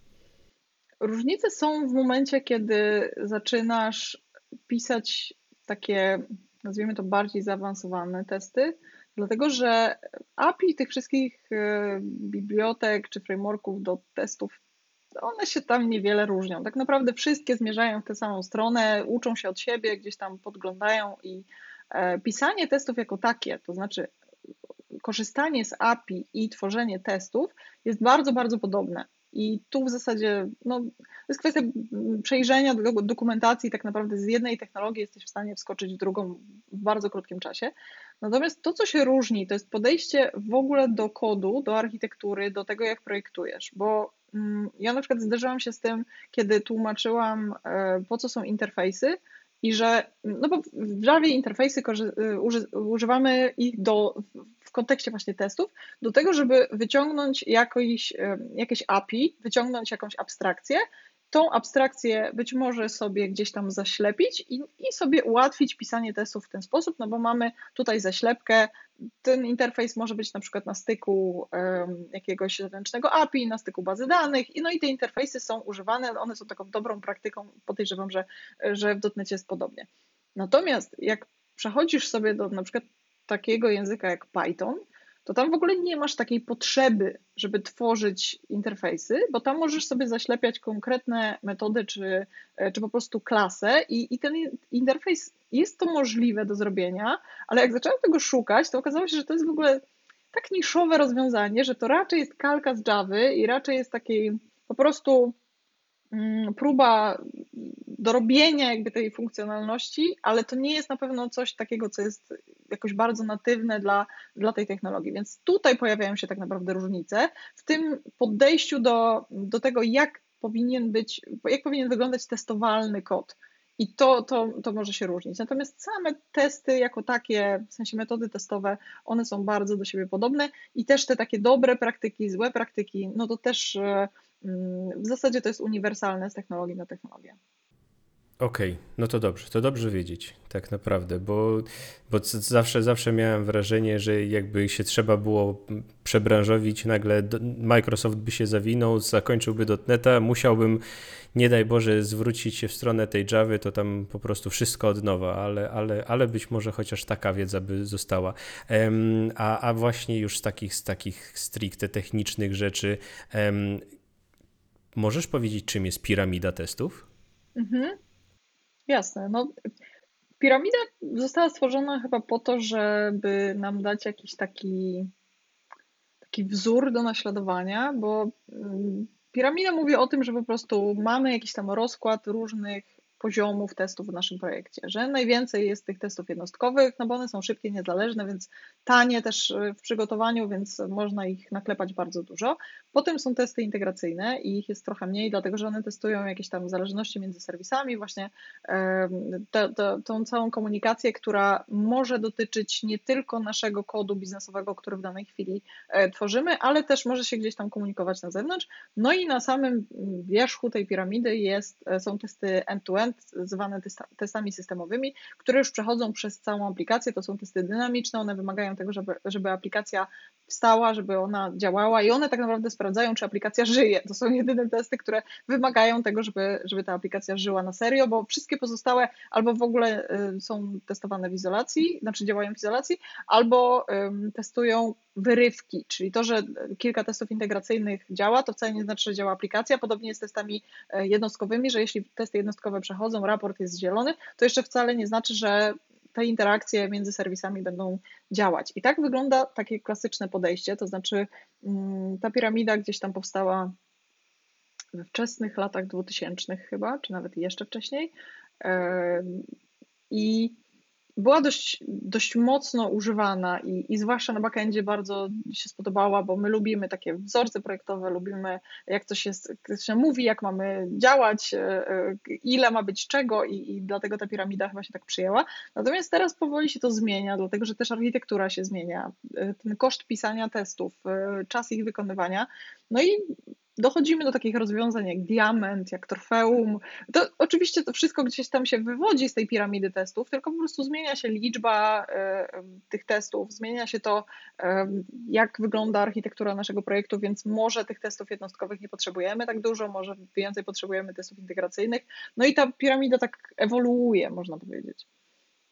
[SPEAKER 2] Różnice są w momencie, kiedy zaczynasz pisać takie, nazwijmy to bardziej zaawansowane testy, dlatego że A P I tych wszystkich e, bibliotek czy frameworków do testów, one się tam niewiele różnią. Tak naprawdę wszystkie zmierzają w tę samą stronę, uczą się od siebie, gdzieś tam podglądają i e, pisanie testów jako takie, to znaczy korzystanie z A P I i tworzenie testów jest bardzo, bardzo podobne. I tu w zasadzie no, to jest kwestia przejrzenia dokumentacji, tak naprawdę z jednej technologii jesteś w stanie wskoczyć w drugą w bardzo krótkim czasie. Natomiast to, co się różni, to jest podejście w ogóle do kodu, do architektury, do tego, jak projektujesz, bo mm, ja na przykład zderzyłam się z tym, kiedy tłumaczyłam, e, po co są interfejsy, i że, no bo w Javie interfejsy używamy ich do, w kontekście właśnie testów, do tego, żeby wyciągnąć jakiś, jakieś A P I, wyciągnąć jakąś abstrakcję, tą abstrakcję być może sobie gdzieś tam zaślepić i, i sobie ułatwić pisanie testów w ten sposób, no bo mamy tutaj zaślepkę, ten interfejs może być na przykład na styku um, jakiegoś zewnętrznego A P I, na styku bazy danych, i no i te interfejsy są używane, one są taką dobrą praktyką, podejrzewam, że, że w dotnecie jest podobnie. Natomiast jak przechodzisz sobie do na przykład takiego języka jak Python, to tam w ogóle nie masz takiej potrzeby, żeby tworzyć interfejsy, bo tam możesz sobie zaślepiać konkretne metody czy, czy po prostu klasę i, i ten interfejs jest to możliwe do zrobienia, ale jak zaczęłam tego szukać, to okazało się, że to jest w ogóle tak niszowe rozwiązanie, że to raczej jest kalka z Javy i raczej jest takiej po prostu próba dorobienia jakby tej funkcjonalności, ale to nie jest na pewno coś takiego, co jest jakoś bardzo natywne dla, dla tej technologii. Więc tutaj pojawiają się tak naprawdę różnice w tym podejściu do, do tego, jak powinien być, jak powinien wyglądać testowalny kod. I to, to, to może się różnić. Natomiast same testy jako takie, w sensie metody testowe, one są bardzo do siebie podobne i też te takie dobre praktyki, złe praktyki, no to też w zasadzie to jest uniwersalne z technologii na technologię.
[SPEAKER 1] Okej, okay, no to dobrze, to dobrze wiedzieć, tak naprawdę, bo, bo zawsze, zawsze miałem wrażenie, że jakby się trzeba było przebranżowić, nagle Microsoft by się zawinął, zakończyłby dotneta, musiałbym, nie daj Boże, zwrócić się w stronę tej Javy, to tam po prostu wszystko od nowa, ale, ale, ale być może chociaż taka wiedza by została. Um, a, a właśnie już z takich, z takich stricte technicznych rzeczy, um, możesz powiedzieć, czym jest piramida testów?
[SPEAKER 2] Mhm. Jasne. No, piramida została stworzona chyba po to, żeby nam dać jakiś taki, taki wzór do naśladowania, bo piramida mówi o tym, że po prostu mamy jakiś tam rozkład różnych poziomów testów w naszym projekcie, że najwięcej jest tych testów jednostkowych, no bo one są szybkie, niezależne, więc tanie też w przygotowaniu, więc można ich naklepać bardzo dużo. Potem są testy integracyjne i ich jest trochę mniej, dlatego że one testują jakieś tam zależności między serwisami, właśnie te, te, tą całą komunikację, która może dotyczyć nie tylko naszego kodu biznesowego, który w danej chwili tworzymy, ale też może się gdzieś tam komunikować na zewnątrz. No i na samym wierzchu tej piramidy jest, są testy end-to-end, zwane testami systemowymi, które już przechodzą przez całą aplikację. To są testy dynamiczne, one wymagają tego, żeby, żeby aplikacja wstała, żeby ona działała i one tak naprawdę sprawdzają, czy aplikacja żyje. To są jedyne testy, które wymagają tego, żeby, żeby ta aplikacja żyła na serio, bo wszystkie pozostałe albo w ogóle są testowane w izolacji, znaczy działają w izolacji, albo testują wyrywki, czyli to, że kilka testów integracyjnych działa, to wcale nie znaczy, że działa aplikacja. Podobnie jest z testami jednostkowymi, że jeśli testy jednostkowe przechodzą, raport jest zielony, to jeszcze wcale nie znaczy, że te interakcje między serwisami będą działać. I tak wygląda takie klasyczne podejście, to znaczy ta piramida gdzieś tam powstała we wczesnych latach dwutysięcznych chyba, czy nawet jeszcze wcześniej i była dość, dość mocno używana i, i zwłaszcza na backendzie bardzo się spodobała, bo my lubimy takie wzorce projektowe, lubimy jak coś jest, jak się mówi, jak mamy działać, ile ma być czego i, i dlatego ta piramida chyba się tak przyjęła. Natomiast teraz powoli się to zmienia, dlatego że też architektura się zmienia, ten koszt pisania testów, czas ich wykonywania, no i dochodzimy do takich rozwiązań jak Diament, jak Trofeum. To oczywiście to wszystko gdzieś tam się wywodzi z tej piramidy testów, tylko po prostu zmienia się liczba tych testów, zmienia się to, jak wygląda architektura naszego projektu, więc może tych testów jednostkowych nie potrzebujemy tak dużo, może więcej potrzebujemy testów integracyjnych. No i ta piramida tak ewoluuje, można powiedzieć.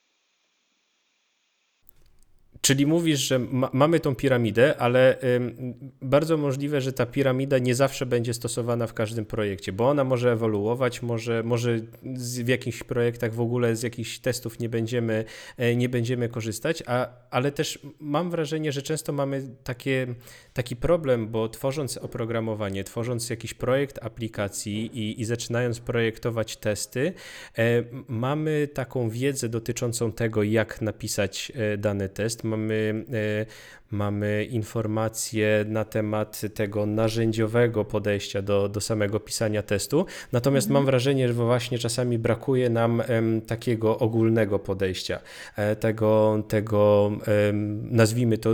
[SPEAKER 1] Czyli mówisz, że ma, mamy tą piramidę, ale ym, bardzo możliwe, że ta piramida nie zawsze będzie stosowana w każdym projekcie, bo ona może ewoluować, może, może z, w jakichś projektach w ogóle z jakichś testów nie będziemy, e, nie będziemy korzystać, a, ale też mam wrażenie, że często mamy takie, taki problem, bo tworząc oprogramowanie, tworząc jakiś projekt aplikacji i, i zaczynając projektować testy, e, mamy taką wiedzę dotyczącą tego, jak napisać e, dany test. Mamy, e, mamy informacje na temat tego narzędziowego podejścia do, do samego pisania testu, natomiast
[SPEAKER 2] Mhm.
[SPEAKER 1] mam wrażenie, że właśnie czasami brakuje nam em, takiego ogólnego podejścia, e, tego, tego em, nazwijmy to,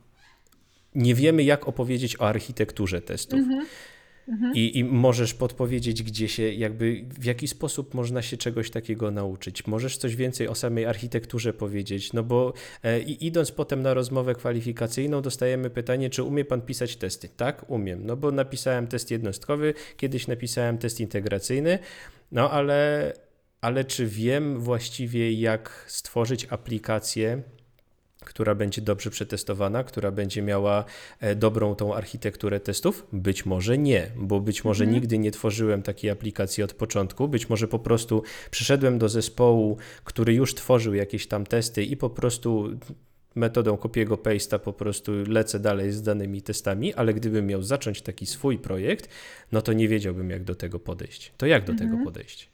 [SPEAKER 1] nie wiemy jak opowiedzieć o architekturze testów.
[SPEAKER 2] Mhm. Mhm.
[SPEAKER 1] I, I możesz podpowiedzieć, gdzie się, jakby w jaki sposób można się czegoś takiego nauczyć. Możesz coś więcej o samej architekturze powiedzieć, no bo e, i idąc potem na rozmowę kwalifikacyjną, dostajemy pytanie, czy umie pan pisać testy? Tak, umiem, no bo napisałem test jednostkowy, kiedyś napisałem test integracyjny, no ale, ale czy wiem właściwie, jak stworzyć aplikację, która będzie dobrze przetestowana, która będzie miała e, dobrą tą architekturę testów? Być może nie, bo być może
[SPEAKER 2] Mhm.
[SPEAKER 1] nigdy nie tworzyłem takiej aplikacji od początku, być może po prostu przyszedłem do zespołu, który już tworzył jakieś tam testy i po prostu metodą kopiego paste'a po prostu lecę dalej z danymi testami, ale gdybym miał zacząć taki swój projekt, no to nie wiedziałbym, jak do tego podejść. To jak do tego
[SPEAKER 2] Mhm.
[SPEAKER 1] podejść?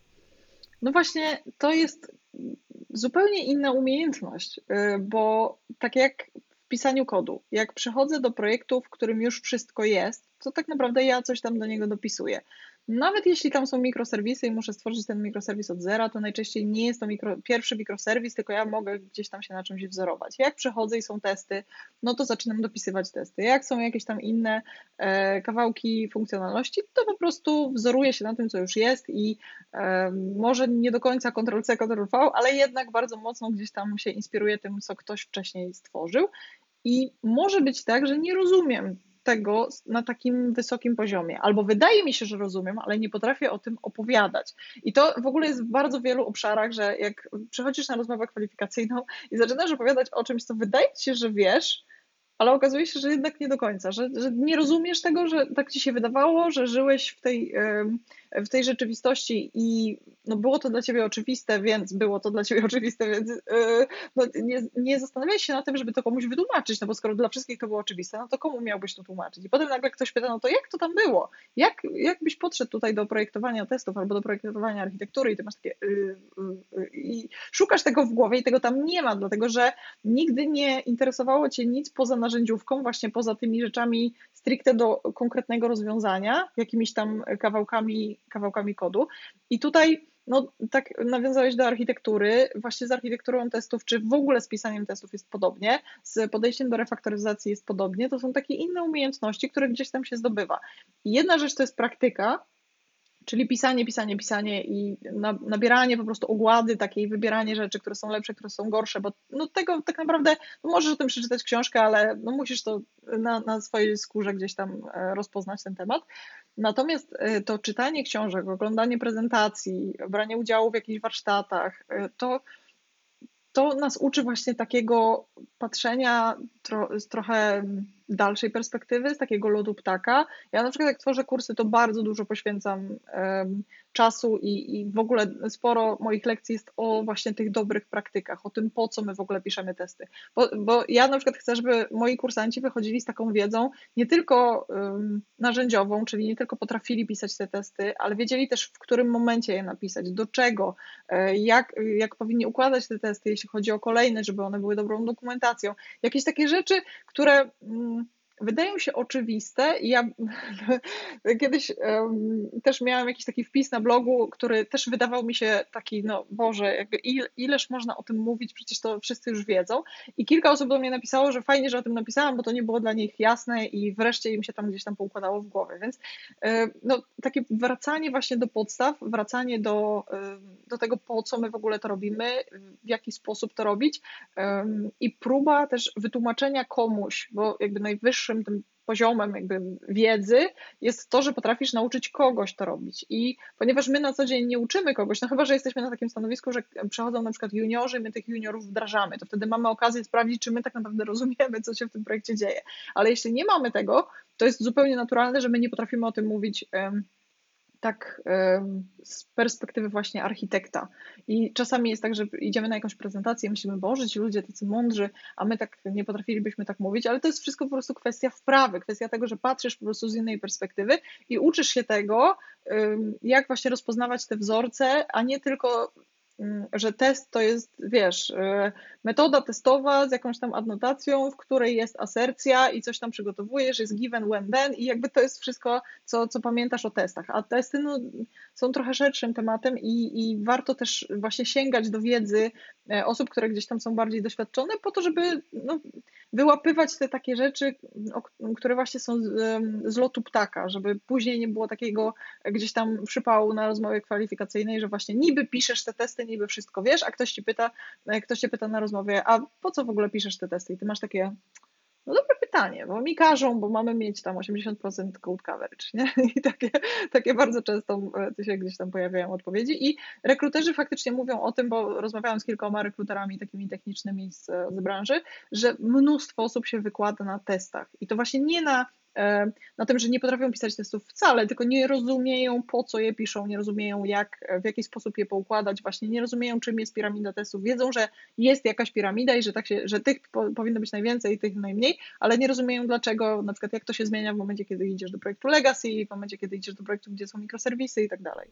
[SPEAKER 2] No właśnie, to jest zupełnie inna umiejętność, y, bo tak jak w pisaniu kodu, jak przychodzę do projektu, w którym już wszystko jest, to tak naprawdę ja coś tam do niego dopisuję. Nawet jeśli tam są mikroserwisy i muszę stworzyć ten mikroserwis od zera, to najczęściej nie jest to mikro, pierwszy mikroserwis, tylko ja mogę gdzieś tam się na czymś wzorować. Jak przychodzę i są testy, no to zaczynam dopisywać testy. Jak są jakieś tam inne e, kawałki funkcjonalności, to po prostu wzoruję się na tym, co już jest i e, może nie do końca kontrol C, kontrol V, ale jednak bardzo mocno gdzieś tam się inspiruję tym, co ktoś wcześniej stworzył. I może być tak, że nie rozumiem tego na takim wysokim poziomie, albo wydaje mi się, że rozumiem, ale nie potrafię o tym opowiadać. I to w ogóle jest w bardzo wielu obszarach, że jak przychodzisz na rozmowę kwalifikacyjną i zaczynasz opowiadać o czymś, co wydaje ci się, że wiesz, ale okazuje się, że jednak nie do końca, że, że nie rozumiesz tego, że tak ci się wydawało, że żyłeś w tej, w tej rzeczywistości i no było to dla ciebie oczywiste, więc było to dla ciebie oczywiste, więc no nie, nie zastanawiałeś się na tym, żeby to komuś wytłumaczyć, no bo skoro dla wszystkich to było oczywiste, no to komu miałbyś to tłumaczyć? I potem nagle ktoś pyta, no to jak to tam było? Jak, jak byś podszedł tutaj do projektowania testów albo do projektowania architektury i ty masz takie yy, yy, i szukasz tego w głowie i tego tam nie ma, dlatego że nigdy nie interesowało cię nic poza narzędziówką, właśnie poza tymi rzeczami stricte do konkretnego rozwiązania, jakimiś tam kawałkami, kawałkami kodu. I tutaj no tak nawiązałeś do architektury, właśnie z architekturą testów, czy w ogóle z pisaniem testów jest podobnie, z podejściem do refaktoryzacji jest podobnie, to są takie inne umiejętności, które gdzieś tam się zdobywa. I jedna rzecz to jest praktyka, czyli pisanie, pisanie, pisanie i nabieranie po prostu ogłady takiej, wybieranie rzeczy, które są lepsze, które są gorsze, bo no tego tak naprawdę, no możesz o tym przeczytać książkę, ale no musisz to na, na swojej skórze gdzieś tam rozpoznać ten temat. Natomiast to czytanie książek, oglądanie prezentacji, branie udziału w jakichś warsztatach, to to nas uczy właśnie takiego patrzenia tro, z trochę dalszej perspektywy, z takiego lotu ptaka. Ja na przykład jak tworzę kursy, to bardzo dużo poświęcam um, czasu i, i w ogóle sporo moich lekcji jest o właśnie tych dobrych praktykach, o tym, po co my w ogóle piszemy testy. Bo, bo ja na przykład chcę, żeby moi kursanci wychodzili z taką wiedzą nie tylko um, narzędziową, czyli nie tylko potrafili pisać te testy, ale wiedzieli też, w którym momencie je napisać, do czego, jak, jak powinni układać te testy, jeśli chodzi o kolejne, żeby one były dobrą dokumentacją. Jakieś takie rzeczy, które wydają się oczywiste. Ja kiedyś um, też miałam jakiś taki wpis na blogu, który też wydawał mi się taki, no Boże, jakby ile, ileż można o tym mówić, przecież to wszyscy już wiedzą. I kilka osób do mnie napisało, że fajnie, że o tym napisałam, bo to nie było dla nich jasne i wreszcie im się tam gdzieś tam poukładało w głowie. Więc no, takie wracanie właśnie do podstaw, wracanie do, do tego, po co my w ogóle to robimy, w jaki sposób to robić i próba też wytłumaczenia komuś, bo jakby najwyższym tym poziomem jakby wiedzy jest to, że potrafisz nauczyć kogoś to robić. I ponieważ my na co dzień nie uczymy kogoś, no chyba, że jesteśmy na takim stanowisku, że przychodzą na przykład juniorzy, my tych juniorów wdrażamy, to wtedy mamy okazję sprawdzić, czy my tak naprawdę rozumiemy, co się w tym projekcie dzieje. Ale jeśli nie mamy tego, to jest zupełnie naturalne, że my nie potrafimy o tym mówić tak z perspektywy właśnie architekta. I czasami jest tak, że idziemy na jakąś prezentację i myślimy, Boże, ci ludzie tacy mądrzy, a my tak nie potrafilibyśmy tak mówić, ale to jest wszystko po prostu kwestia wprawy, kwestia tego, że patrzysz po prostu z innej perspektywy i uczysz się tego, jak właśnie rozpoznawać te wzorce, a nie tylko że test to jest, wiesz, metoda testowa z jakąś tam adnotacją, w której jest asercja i coś tam przygotowujesz, jest given, when, then i jakby to jest wszystko, co, co pamiętasz o testach. A testy no, są trochę szerszym tematem i, i warto też właśnie sięgać do wiedzy osób, które gdzieś tam są bardziej doświadczone po to, żeby no, wyłapywać te takie rzeczy, które właśnie są z, z lotu ptaka, żeby później nie było takiego gdzieś tam przypału na rozmowie kwalifikacyjnej, że właśnie niby piszesz te testy, niby wszystko wiesz, a ktoś ci pyta, ktoś cię pyta na rozmowie, a po co w ogóle piszesz te testy? I ty masz takie, no dobre pytanie, bo mi każą, bo mamy mieć tam osiemdziesiąt procent code coverage, nie? I takie, takie bardzo często się gdzieś tam pojawiają odpowiedzi i rekruterzy faktycznie mówią o tym, bo rozmawiałam z kilkoma rekruterami takimi technicznymi z, z branży, że mnóstwo osób się wykłada na testach i to właśnie nie na na tym, że nie potrafią pisać testów wcale, tylko nie rozumieją, po co je piszą, nie rozumieją, jak, w jaki sposób je poukładać, właśnie nie rozumieją, czym jest piramida testów. Wiedzą, że jest jakaś piramida i że, tak się, że tych po, powinno być najwięcej, tych najmniej, ale nie rozumieją, dlaczego, na przykład jak to się zmienia w momencie, kiedy idziesz do projektu Legacy, w momencie, kiedy idziesz do projektu, gdzie są mikroserwisy i tak dalej.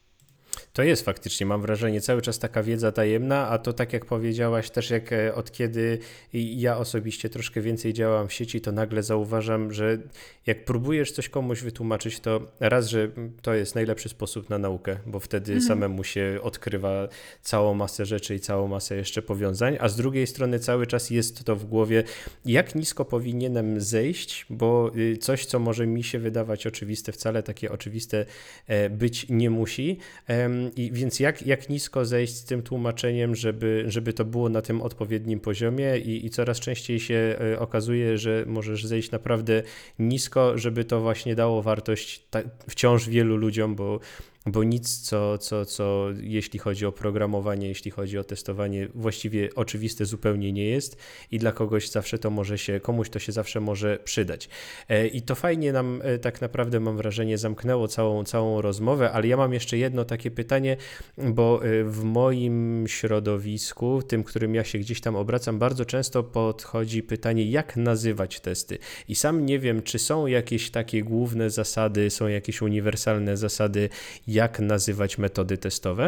[SPEAKER 1] To jest faktycznie, mam wrażenie, cały czas taka wiedza tajemna, a to tak jak powiedziałaś też, jak od kiedy ja osobiście troszkę więcej działam w sieci, to nagle zauważam, że jak próbujesz coś komuś wytłumaczyć, to raz, że to jest najlepszy sposób na naukę, bo wtedy mhm. samemu się odkrywa całą masę rzeczy i całą masę jeszcze powiązań, a z drugiej strony cały czas jest to w głowie, jak nisko powinienem zejść, bo coś, co może mi się wydawać oczywiste, wcale takie oczywiste być nie musi. I więc jak, jak nisko zejść z tym tłumaczeniem, żeby, żeby to było na tym odpowiednim poziomie i, i coraz częściej się okazuje, że możesz zejść naprawdę nisko, żeby to właśnie dało wartość ta, wciąż wielu ludziom, bo bo nic, co, co, co jeśli chodzi o programowanie, jeśli chodzi o testowanie, właściwie oczywiste zupełnie nie jest i dla kogoś zawsze to może się, komuś to się zawsze może przydać. I to fajnie nam tak naprawdę, mam wrażenie, zamknęło całą, całą rozmowę, ale ja mam jeszcze jedno takie pytanie, bo w moim środowisku, tym, którym ja się gdzieś tam obracam, bardzo często podchodzi pytanie, jak nazywać testy. I sam nie wiem, czy są jakieś takie główne zasady, są jakieś uniwersalne zasady, jak nazywać metody testowe?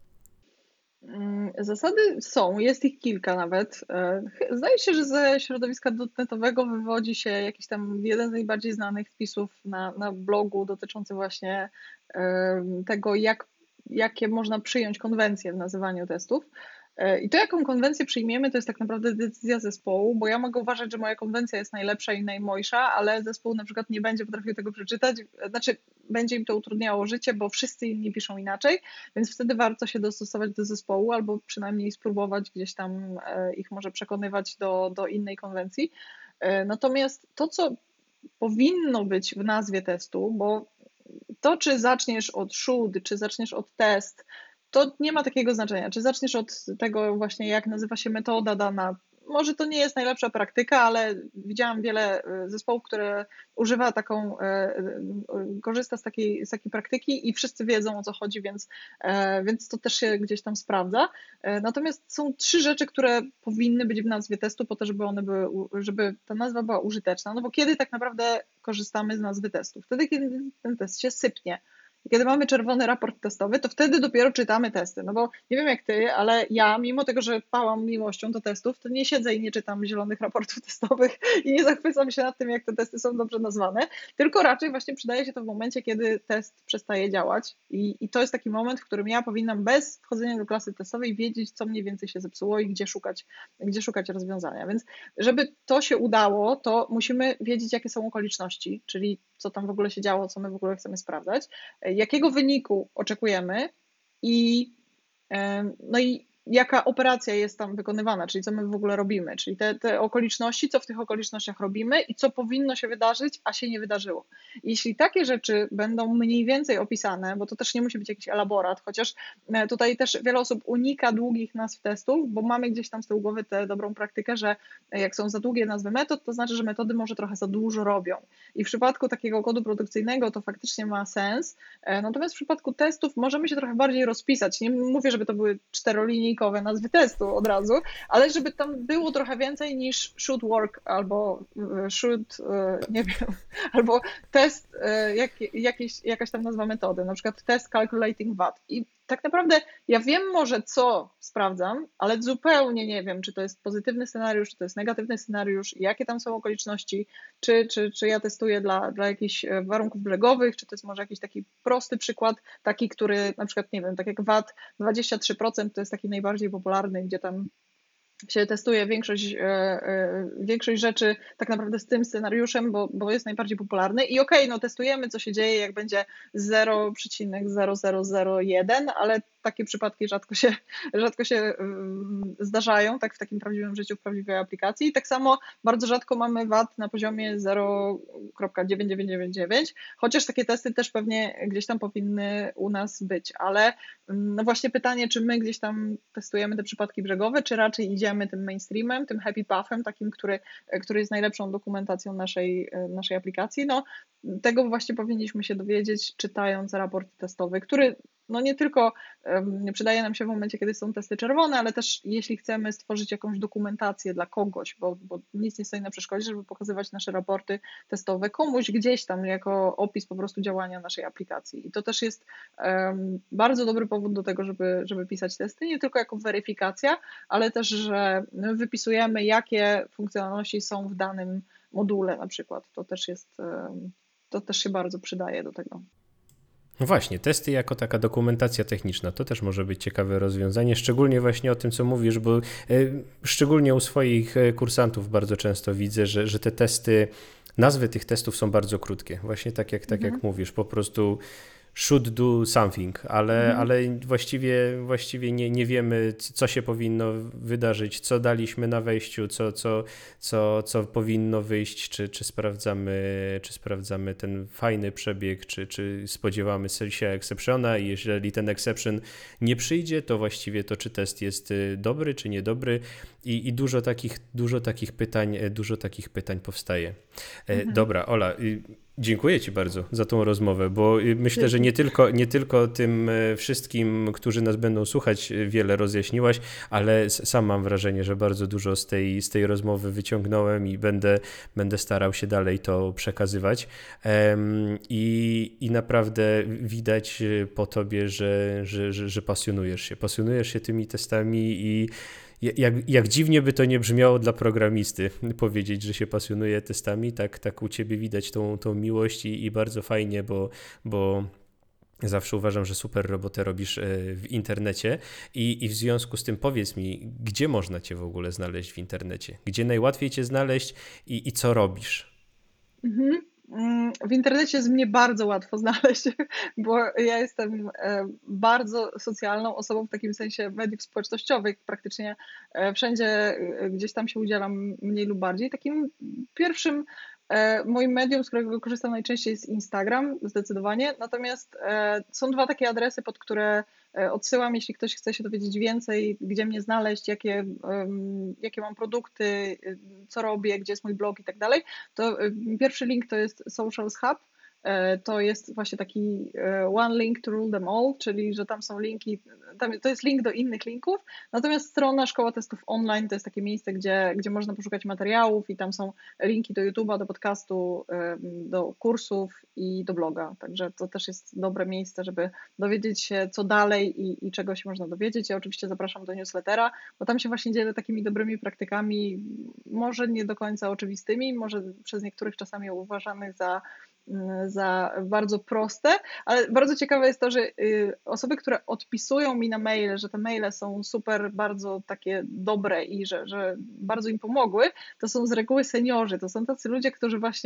[SPEAKER 2] Zasady są, jest ich kilka nawet. Zdaje się, że ze środowiska dotnetowego wywodzi się jakiś tam jeden z najbardziej znanych wpisów na, na blogu dotyczący właśnie tego, jak, jakie można przyjąć konwencje w nazywaniu testów. I to, jaką konwencję przyjmiemy, to jest tak naprawdę decyzja zespołu, bo ja mogę uważać, że moja konwencja jest najlepsza i najmojsza, ale zespół na przykład nie będzie potrafił tego przeczytać, znaczy będzie im to utrudniało życie, bo wszyscy inni piszą inaczej, więc wtedy warto się dostosować do zespołu albo przynajmniej spróbować gdzieś tam ich może przekonywać do, do innej konwencji. Natomiast to, co powinno być w nazwie testu, bo to, czy zaczniesz od should, czy zaczniesz od test, to nie ma takiego znaczenia. Czy zaczniesz od tego właśnie, jak nazywa się metoda dana, może to nie jest najlepsza praktyka, ale widziałam wiele zespołów, które używa taką, korzysta z takiej, z takiej praktyki i wszyscy wiedzą, o co chodzi, więc, więc to też się gdzieś tam sprawdza. Natomiast są trzy rzeczy, które powinny być w nazwie testu po to, żeby one były, żeby ta nazwa była użyteczna. No bo kiedy tak naprawdę korzystamy z nazwy testu? Wtedy, kiedy ten test się sypnie. Kiedy mamy czerwony raport testowy, to wtedy dopiero czytamy testy. No bo nie wiem jak ty, ale ja, mimo tego, że pałam miłością do testów, to nie siedzę i nie czytam zielonych raportów testowych i nie zachwycam się nad tym, jak te testy są dobrze nazwane, tylko raczej właśnie przydaje się to w momencie, kiedy test przestaje działać. I, i to jest taki moment, w którym ja powinnam bez wchodzenia do klasy testowej wiedzieć, co mniej więcej się zepsuło i gdzie szukać, gdzie szukać rozwiązania. Więc żeby to się udało, to musimy wiedzieć, jakie są okoliczności, czyli co tam w ogóle się działo, co my w ogóle chcemy sprawdzać, jakiego wyniku oczekujemy i, no i jaka operacja jest tam wykonywana, czyli co my w ogóle robimy, czyli te, te okoliczności, co w tych okolicznościach robimy i co powinno się wydarzyć, a się nie wydarzyło. Jeśli takie rzeczy będą mniej więcej opisane, bo to też nie musi być jakiś elaborat, chociaż tutaj też wiele osób unika długich nazw testów, bo mamy gdzieś tam z tyłu głowy tę dobrą praktykę, że jak są za długie nazwy metod, to znaczy, że metody może trochę za dużo robią. I w przypadku takiego kodu produkcyjnego to faktycznie ma sens, natomiast w przypadku testów możemy się trochę bardziej rozpisać. Nie mówię, żeby to były czterolinijkowe nazwy testu od razu, ale żeby tam było trochę więcej niż should work albo should, nie wiem, albo test, jak, jakieś, jakaś tam nazwa metody, na przykład test calculating V A T. I tak naprawdę ja wiem może, co sprawdzam, ale zupełnie nie wiem, czy to jest pozytywny scenariusz, czy to jest negatywny scenariusz, jakie tam są okoliczności, czy, czy, czy ja testuję dla, dla jakichś warunków bregowych, czy to jest może jakiś taki prosty przykład, taki, który na przykład, nie wiem, tak jak V A T dwadzieścia trzy procent to jest taki najbardziej popularny, gdzie tam się testuje większość, większość rzeczy tak naprawdę z tym scenariuszem, bo, bo jest najbardziej popularny i okej, okay, no testujemy, co się dzieje, jak będzie zero przecinek zero zero zero jeden, ale takie przypadki rzadko się, rzadko się zdarzają, tak w takim prawdziwym życiu, w prawdziwej aplikacji. I tak samo bardzo rzadko mamy V A T na poziomie zero przecinek dziewięć dziewięć dziewięć dziewięć, chociaż takie testy też pewnie gdzieś tam powinny u nas być, ale no właśnie pytanie, czy my gdzieś tam testujemy te przypadki brzegowe, czy raczej idziemy tym mainstreamem, tym happy pathem, takim, który, który jest najlepszą dokumentacją naszej, naszej aplikacji. No, tego właśnie powinniśmy się dowiedzieć, czytając raport testowy, który no nie tylko um, przydaje nam się w momencie, kiedy są testy czerwone, ale też jeśli chcemy stworzyć jakąś dokumentację dla kogoś, bo, bo nic nie stoi na przeszkodzie, żeby pokazywać nasze raporty testowe komuś gdzieś tam jako opis po prostu działania naszej aplikacji. I to też jest um, bardzo dobry powód do tego, żeby, żeby pisać testy, nie tylko jako weryfikacja, ale też, że wypisujemy, jakie funkcjonalności są w danym module na przykład. To też jest, um, to też się bardzo przydaje do tego.
[SPEAKER 1] No właśnie, testy jako taka dokumentacja techniczna, to też może być ciekawe rozwiązanie, szczególnie właśnie o tym, co mówisz, bo y, szczególnie u swoich kursantów bardzo często widzę, że, że te testy, nazwy tych testów są bardzo krótkie, właśnie tak jak, tak mhm. jak mówisz, po prostu should do something, ale, mhm. ale właściwie, właściwie nie, nie wiemy, co się powinno wydarzyć, co daliśmy na wejściu, co, co, co, co powinno wyjść, czy, czy, sprawdzamy, czy sprawdzamy ten fajny przebieg, czy, czy spodziewamy się exceptiona i jeżeli ten exception nie przyjdzie, to właściwie to, czy test jest dobry, czy niedobry i, i dużo takich, dużo takich pytań, dużo takich pytań powstaje. Mhm. Dobra, Ola, dziękuję Ci bardzo za tą rozmowę, bo myślę, że nie tylko, nie tylko tym wszystkim, którzy nas będą słuchać, wiele rozjaśniłaś, ale sam mam wrażenie, że bardzo dużo z tej, z tej rozmowy wyciągnąłem i będę, będę starał się dalej to przekazywać. I, i naprawdę widać po Tobie, że, że, że, że pasjonujesz się. Pasjonujesz się tymi testami i Jak, jak dziwnie by to nie brzmiało dla programisty powiedzieć, że się pasjonuje testami, tak, tak u Ciebie widać tą, tą miłość i, i bardzo fajnie, bo, bo zawsze uważam, że super robotę robisz w internecie i, i w związku z tym powiedz mi, gdzie można Cię w ogóle znaleźć w internecie? Gdzie najłatwiej Cię znaleźć i, i co robisz?
[SPEAKER 2] Mhm. W internecie jest mnie bardzo łatwo znaleźć, bo ja jestem bardzo socjalną osobą w takim sensie mediów społecznościowych. Praktycznie wszędzie gdzieś tam się udzielam mniej lub bardziej. Takim pierwszym moim medium, z którego korzystam najczęściej, jest Instagram, zdecydowanie. Natomiast są dwa takie adresy, pod które odsyłam, jeśli ktoś chce się dowiedzieć więcej, gdzie mnie znaleźć, jakie, jakie mam produkty, co robię, gdzie jest mój blog i tak dalej. To pierwszy link to jest Socials Hub. To jest właśnie taki one link to rule them all, czyli że tam są linki, tam, to jest link do innych linków, natomiast strona Szkoła Testów Online to jest takie miejsce, gdzie, gdzie można poszukać materiałów i tam są linki do YouTube'a, do podcastu, do kursów i do bloga, także to też jest dobre miejsce, żeby dowiedzieć się co dalej i, i czego się można dowiedzieć. Ja oczywiście zapraszam do newslettera, bo tam się właśnie dzielę takimi dobrymi praktykami, może nie do końca oczywistymi, może przez niektórych czasami uważanych za za bardzo proste, ale bardzo ciekawe jest to, że osoby, które odpisują mi na maile, że te maile są super, bardzo takie dobre i że, że bardzo im pomogły, to są z reguły seniorzy, to są tacy ludzie, którzy właśnie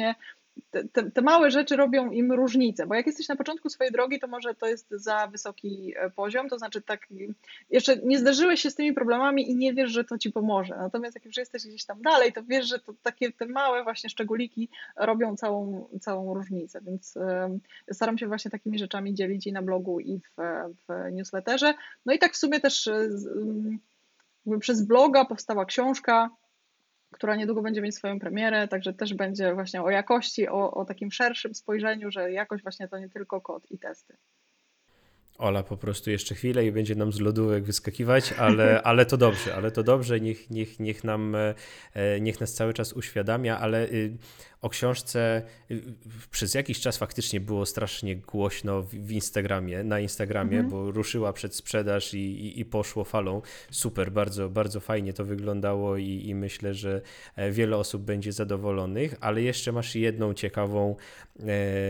[SPEAKER 2] te, te, te małe rzeczy robią im różnicę, bo jak jesteś na początku swojej drogi, to może to jest za wysoki poziom, to znaczy tak, jeszcze nie zderzyłeś się z tymi problemami i nie wiesz, że to ci pomoże. Natomiast jak już jesteś gdzieś tam dalej, to wiesz, że to takie te małe właśnie szczególiki robią całą, całą różnicę, więc staram się właśnie takimi rzeczami dzielić i na blogu, i w, w newsletterze. No i tak w sumie też przez bloga powstała książka, która niedługo będzie mieć swoją premierę, także też będzie właśnie o jakości, o, o takim szerszym spojrzeniu, że jakość właśnie to nie tylko kod i testy.
[SPEAKER 1] Ola po prostu jeszcze chwilę i będzie nam z lodówek wyskakiwać, ale, ale to dobrze, ale to dobrze, niech, niech, niech, nam, niech nas cały czas uświadamia, ale o książce przez jakiś czas faktycznie było strasznie głośno w Instagramie, na Instagramie, mhm. bo ruszyła przedsprzedaż i, i, i poszło falą. Super, bardzo, bardzo fajnie to wyglądało i, i myślę, że wiele osób będzie zadowolonych, ale jeszcze masz jedną ciekawą, e,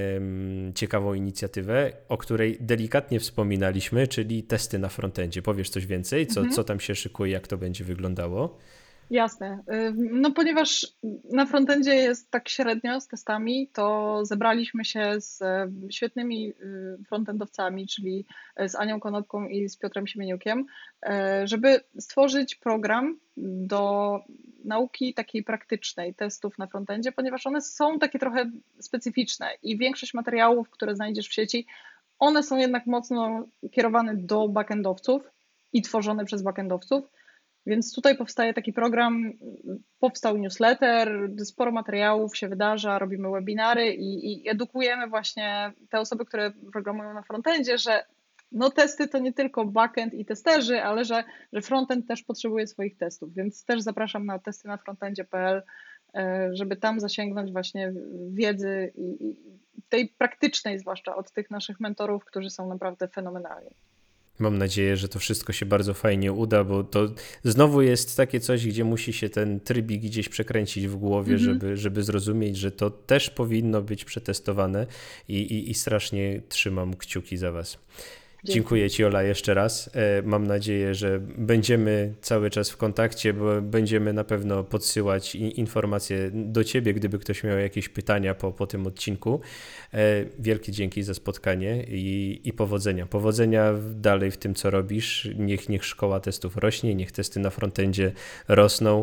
[SPEAKER 1] ciekawą inicjatywę, o której delikatnie wspominaliśmy, czyli testy na frontendzie. Powiesz coś więcej? Co, mhm. co tam się szykuje, jak to będzie wyglądało?
[SPEAKER 2] Jasne. No ponieważ na frontendzie jest tak średnio z testami, to zebraliśmy się z świetnymi frontendowcami, czyli z Anią Konopką i z Piotrem Siemieniukiem, żeby stworzyć program do nauki takiej praktycznej testów na frontendzie, ponieważ one są takie trochę specyficzne i większość materiałów, które znajdziesz w sieci, one są jednak mocno kierowane do backendowców i tworzone przez backendowców. Więc tutaj powstaje taki program, powstał newsletter, sporo materiałów się wydarza, robimy webinary i, i edukujemy właśnie te osoby, które programują na frontendzie, że no testy to nie tylko backend i testerzy, ale że, że frontend też potrzebuje swoich testów, więc też zapraszam na testy na frontendzie kropka p l, żeby tam zasięgnąć właśnie wiedzy i, i tej praktycznej zwłaszcza od tych naszych mentorów, którzy są naprawdę fenomenalni.
[SPEAKER 1] Mam nadzieję, że to wszystko się bardzo fajnie uda, bo to znowu jest takie coś, gdzie musi się ten trybik gdzieś przekręcić w głowie, mm-hmm. żeby, żeby zrozumieć, że to też powinno być przetestowane i, i, i strasznie trzymam kciuki za was. Dzięki. Dziękuję Ci, Ola, jeszcze raz. Mam nadzieję, że będziemy cały czas w kontakcie, bo będziemy na pewno podsyłać informacje do Ciebie, gdyby ktoś miał jakieś pytania po, po tym odcinku. Wielkie dzięki za spotkanie i, i powodzenia. Powodzenia dalej w tym, co robisz. Niech, niech szkoła testów rośnie, niech testy na frontendzie rosną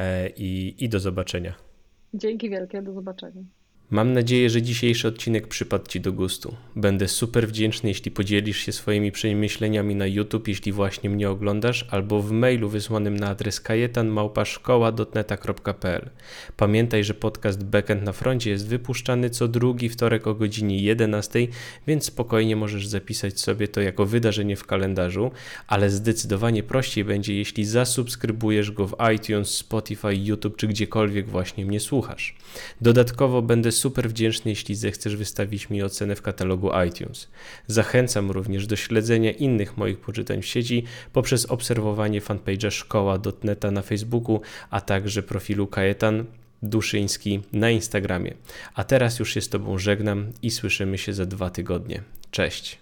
[SPEAKER 1] i, i do zobaczenia.
[SPEAKER 2] Dzięki wielkie, do zobaczenia.
[SPEAKER 1] Mam nadzieję, że dzisiejszy odcinek przypadł Ci do gustu. Będę super wdzięczny, jeśli podzielisz się swoimi przemyśleniami na YouTube, jeśli właśnie mnie oglądasz, albo w mailu wysłanym na adres kajetan małpa szkoła kropka net kropka p l. Pamiętaj, że podcast Backend na froncie jest wypuszczany co drugi wtorek o godzinie jedenastej, więc spokojnie możesz zapisać sobie to jako wydarzenie w kalendarzu, ale zdecydowanie prościej będzie, jeśli zasubskrybujesz go w iTunes, Spotify, YouTube czy gdziekolwiek właśnie mnie słuchasz. Dodatkowo będę super wdzięczny, jeśli zechcesz wystawić mi ocenę w katalogu iTunes. Zachęcam również do śledzenia innych moich poczytań w sieci poprzez obserwowanie fanpage'a szkoła kropka net na Facebooku, a także profilu Kajetan Duszyński na Instagramie. A teraz już się z Tobą żegnam i słyszymy się za dwa tygodnie. Cześć!